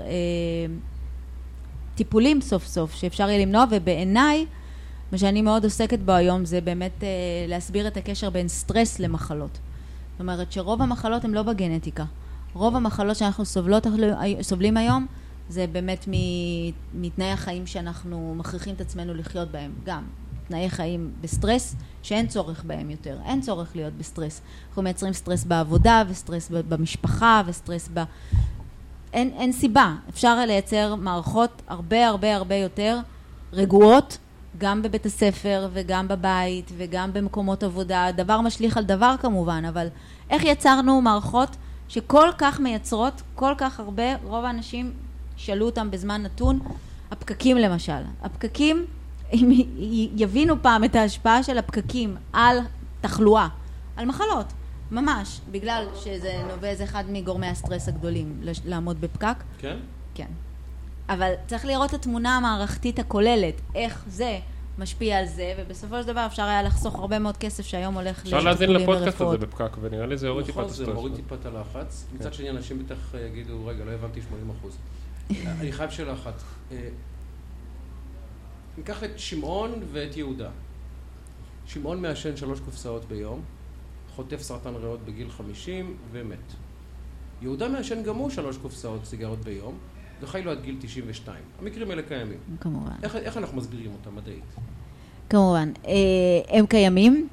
טיפולים סוף סוף שאפשר יהיה למנוע. ובעיניי, מה שאני מאוד עוסקת בו היום זה באמת להסביר את הקשר בין סטרס למחלות. זאת אומרת שרוב המחלות הן לא בגנטיקה. רוב המחלות שאנחנו סובלים היום, זה באמת מתנאי החיים שאנחנו מכריחים את עצמנו לחיות בהם. גם תנאי חיים בסטרס, שאין צורך בהם יותר. אין צורך להיות בסטרס. אנחנו מייצרים סטרס בעבודה, וסטרס במשפחה, וסטרס אין סיבה. אפשר לייצר מערכות הרבה יותר רגועות, גם בבית הספר, וגם בבית, וגם במקומות עבודה. דבר משליך על דבר כמובן, אבל איך יצרנו מערכות שכל כך מייצרות, כל כך הרבה, רוב האנשים שאלו אותם בזמן נתון, הפקקים למשל. הפקקים, אם יבינו פעם את ההשפעה של הפקקים על תחלואה, על מחלות, ממש, בגלל שזה נובע, זה אחד מגורמי הסטרס הגדולים, לעמוד בפקק. כן? כן. אבל צריך לראות את התמונה המערכתית הכוללת, איך זה משפיע על זה, ובסופו של דבר אפשר היה לחסוך הרבה מאוד כסף שהיום הולך אפשר להזין לפודקאסט הזה בפקק, ונראה לי זה הוריד טיפת הסטרס. נכון, זה הוריד טיפת הלחץ. מצד שני, אנשים בטח יגידו, רגע, לא הבנתי 80%. אני חייב שאלה אחת. ניקח את שמעון ואת יהודה. שמעון מעשן 3 קופסאות ביום, חוטף סרטן ריאות בגיל 50 ומת. יהודה מעשן גם הוא 3 קופסאות סיגרות ביום, וחי לו עד גיל 92. המקרים האלה קיימים. כמובן. איך אנחנו מסבירים אותם מדעית? כמובן. הם קיימים.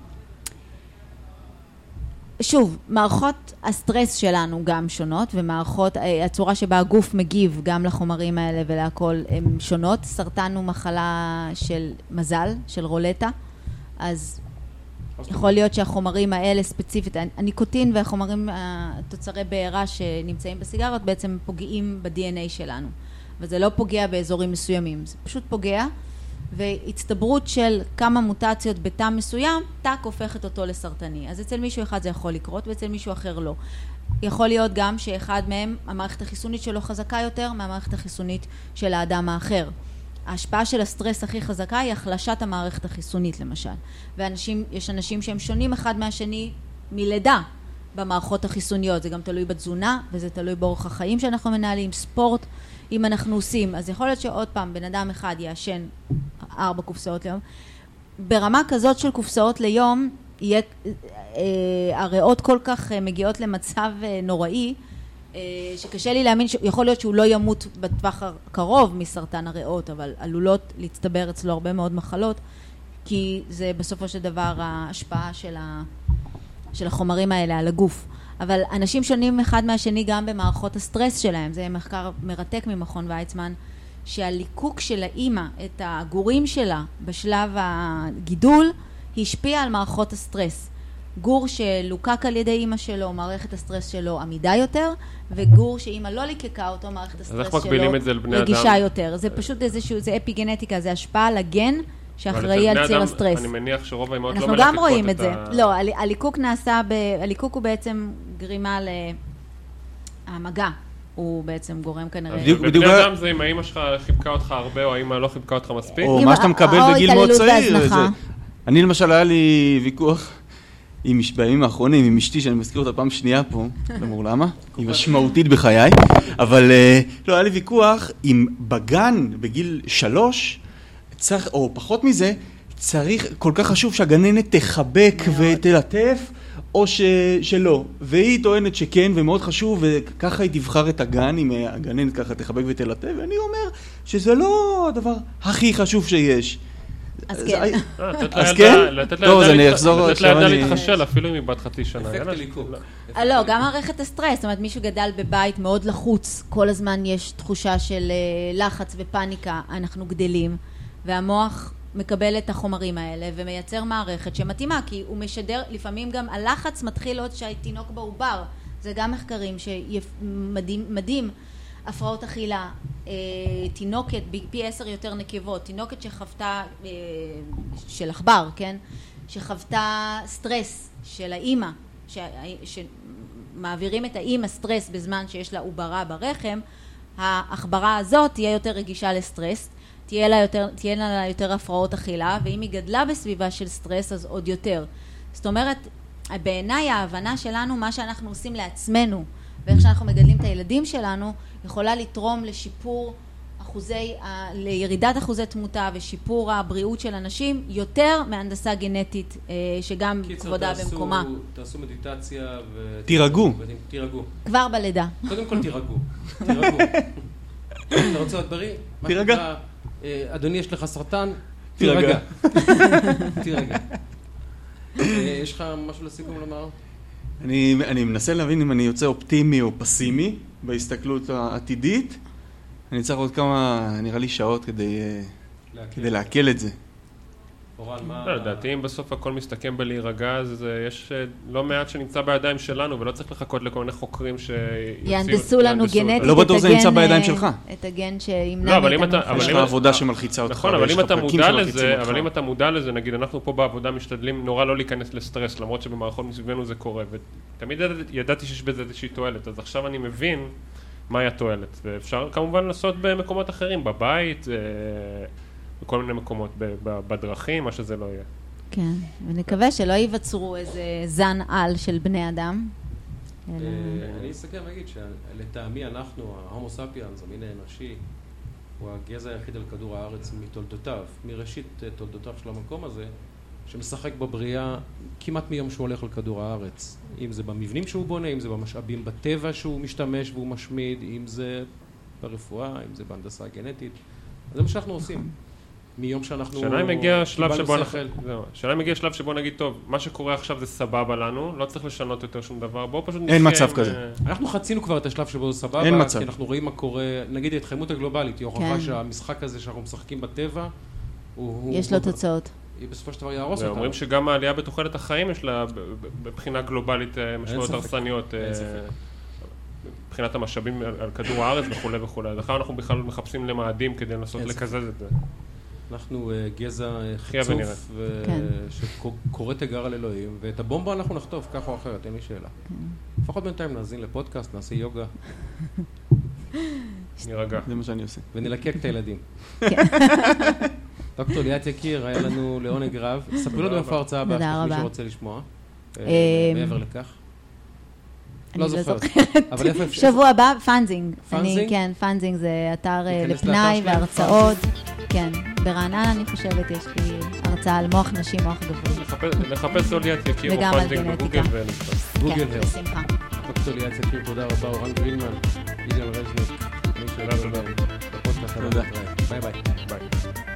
שוב, מערכות הסטרס שלנו גם שונות, ומערכות, הצורה שבה הגוף מגיב גם לחומרים האלה ולהכל הן שונות. סרטן הוא מחלה של מזל, של רולטה, אז יכול להיות שהחומרים האלה ספציפית, הניקוטין והחומרים, התוצרי בעירה שנמצאים בסיגרות בעצם פוגעים ב-DNA שלנו. וזה לא פוגע באזורים מסוימים, זה פשוט פוגע, והצטברות של כמה מוטציות בתא מסוים, טק הופכת אותו לסרטני. אז אצל מישהו אחד זה יכול לקרות, ואצל מישהו אחר לא. יכול להיות גם שאחד מהם, המערכת החיסונית שלו חזקה יותר מהמערכת החיסונית של האדם האחר. ההשפעה של הסטרס הכי חזקה היא החלשת המערכת החיסונית למשל. יש אנשים שהם שונים אחד מהשני מלידה במערכות החיסוניות. זה גם תלוי בתזונה, וזה תלוי באורח החיים שאנחנו מנהלים, ספורט, אם אנחנו עושים. אז יכול להיות שעוד פעם בן אדם אחד יעשן 4 קופסאות ליום. ברמה כזאת של קופסאות ליום, הריאות כל כך מגיעות למצב נוראי, שקשה לי להאמין שיכול להיות שהוא לא ימות בטווח הקרוב מסרטן הריאות, אבל עלולות להצטבר אצלו הרבה מאוד מחלות, כי זה בסופו של דבר ההשפעה של החומרים האלה על הגוף. אבל אנשים שונים אחד מהשני גם במערכות הסטרס שלהם. זה מחקר מרתק ממכון ויצמן, שהליקוק של האימא, את הגורים שלה בשלב הגידול, השפיע על מערכות הסטרס. גור שלוקק על ידי אימא שלו, מערכת הסטרס שלו עמידה יותר, וגור שאימא לא ליקקה אותו, מערכת הסטרס שלו רגישה יותר. זה פשוט איזשהו, זה אפיגנטיקה, זה השפעה על הגן שהאחראי על ציר הסטרס. אני מניח שרוב האימהות לא אנחנו גם רואים את זה. לא, הליקוק נעשה, הליקוק הוא בעצם גרימה להמגע. הוא בעצם גורם כנראה. בבני אדם זה אם האמא שלך חיבקה אותך הרבה, או האמא לא חיבקה אותך מספיק. או מה שאתה מקבל בגיל מאוד צעיר. אני למשל היה לי ויכוח בימים האחרונים עם אשתי, שאני מזכיר אותה פעם שנייה פה, לא אמור למה, היא משמעותית בחיי, אבל לא, היה לי ויכוח אם בגן בגיל 3, צריך, או פחות מזה, צריך, כל כך חשוב שהגננת תחבק ותלטף, או שלא. והיא טוענת שכן, ומאוד חשוב, וככה היא תבחר את הגן, אם הגננת ככה תחבק ותלטף, ואני אומר שזה לא הדבר הכי חשוב שיש. אז כן. אז כן? טוב, אז אני אחזור. לתת לילדה להתחשל, אפילו אם היא בת חצי שנה. אפקט הליקוק. לא, גם מערכת הסטרס, זאת אומרת, מישהו גדל בבית מאוד לחוץ, כל הזמן יש תחושה של לחץ ופניקה, אנחנו גדלים, והמוח מקבל את החומרים האלה ומייצר מערכת שמתאימה, כי הוא משדר, לפעמים גם הלחץ מתחיל עוד שהתינוק בעובר, זה גם מחקרים שמדהים, הפרעות אכילה, תינוקת פי 10 יותר נקבות, תינוקת שחוותה, של עכבר, כן? שחוותה סטרס של האימא, שמעבירים את האימא סטרס בזמן שיש לה עוברה ברחם, העכברה הזאת תהיה יותר רגישה לסטרס, תהיה לה יותר הפרעות אכילה, ואם היא גדלה בסביבה של סטרס אז עוד יותר. זאת אומרת, בעיניי ההבנה שלנו, מה שאנחנו עושים לעצמנו, ואיך שאנחנו מגדלים את הילדים שלנו, יכולה לתרום לשיפור לירידת אחוזי תמותה ושיפור הבריאות של אנשים, יותר מהנדסה גנטית, שגם כבודה במקומה. תעשו מדיטציה תירגעו. תירגעו. כבר בלידה. קודם כל תירגעו. אתה רוצה עוד בריא? תירגע. אדוני, יש לך סרטן? תירגע. תירגע. יש לך משהו לסיכום לומר? אני מנסה להבין אם אני יוצא אופטימי או פסימי בהסתכלות העתידית. אני צריך עוד כמה, נראה לי, שעות כדי להקל את זה. לא, לדעתי, אם בסוף הכל מסתכם בלהירגע, אז יש לא מעט שנמצא בידיים שלנו, ולא צריך לחכות לכל מיני חוקרים יענדסו לנו גנטית לא בטוח זה נמצא בידיים שלך. את הגן שימנע מאיתנו. יש לך עבודה שמלחיצה אותך. נכון, אבל אם אתה מודע לזה, נגיד, אנחנו פה בעבודה משתדלים נורא לא להיכנס לסטרס, למרות שבמערכות מסביבנו זה קורה, ותמיד ידעתי שיש בזה איזושהי תועלת, אז עכשיו אני מבין מהי התועלת, ואפשר כמובן לעשות במקומות אחרים, בבית, בכל מיני מקומות, בדרכים, מה שזה לא יהיה. כן, ונקווה שלא ייווצרו איזה זן על של בני אדם. אני אסכם ואגיד שלטעמי אנחנו, ההומו ספיאנס, המין האנושי, הוא הגזע היחיד על כדור הארץ מתולדותיו, מראשית תולדותיו של המקום הזה, שמשחק בבריאה כמעט מיום שהוא הולך על כדור הארץ. אם זה במבנים שהוא בונה, אם זה במשאבים בטבע שהוא משתמש והוא משמיד, אם זה ברפואה, אם זה בהנדסה גנטית. זה מה שאנחנו עושים. מיום שאנחנו שאלה אם מגיע שלב שבו נגיד, טוב, מה שקורה עכשיו זה סבבה לנו, לא צריך לשנות יותר שום דבר, בואו פשוט אין מצב כזה. אנחנו חצינו כבר את השלב שבו זה סבבה, אין מצב. כי אנחנו רואים מה קורה, נגיד ההתחממות הגלובלית, היא הוכחה שהמשחק הזה שאנחנו משחקים בטבע, יש לו תוצאות. בסופו של דבר יהרוס אותנו. אומרים שגם העלייה בתוחלת החיים יש לה בבחינה גלובלית משמעויות הרסניות, מבחינת המשאבים על כדור הארץ וכו' וכו'. לכן אנחנו בכלל מחפשים למאדים כדי לנסות לקזז את זה. אנחנו גזע חצוף שקורא תיגר על אלוהים, ואת הבומבה אנחנו נחטוף כך או אחרת, אין לי שאלה. לפחות בינתיים נאזין לפודקאסט, נעשה יוגה. נרגע. זה מה שאני עושה. ונלקק את הילדים. דוקטור ליאת יקיר, היה לנו לעונג רב. ספרו לנו איפה ההרצאה הבאה, מי שרוצה לשמוע. מעבר לכך. לא זוכרת. שבוע הבא, פאנזינג. כן, פאנזינג זה אתר לפנאי והרצאות. כן, ברעננה אני חושבת יש לי הרצאה על מוח נשי, מוח גברי. לחפש ליאת יקיר או פאנזינג בגוגל ונפתח. גוגל כן, בשמחה. דוקטור ליאת יקיר, תודה רבה. אורן גרינמן, יגאל רזניק. תודה. בפודקאסט הבא. ביי ביי. ביי.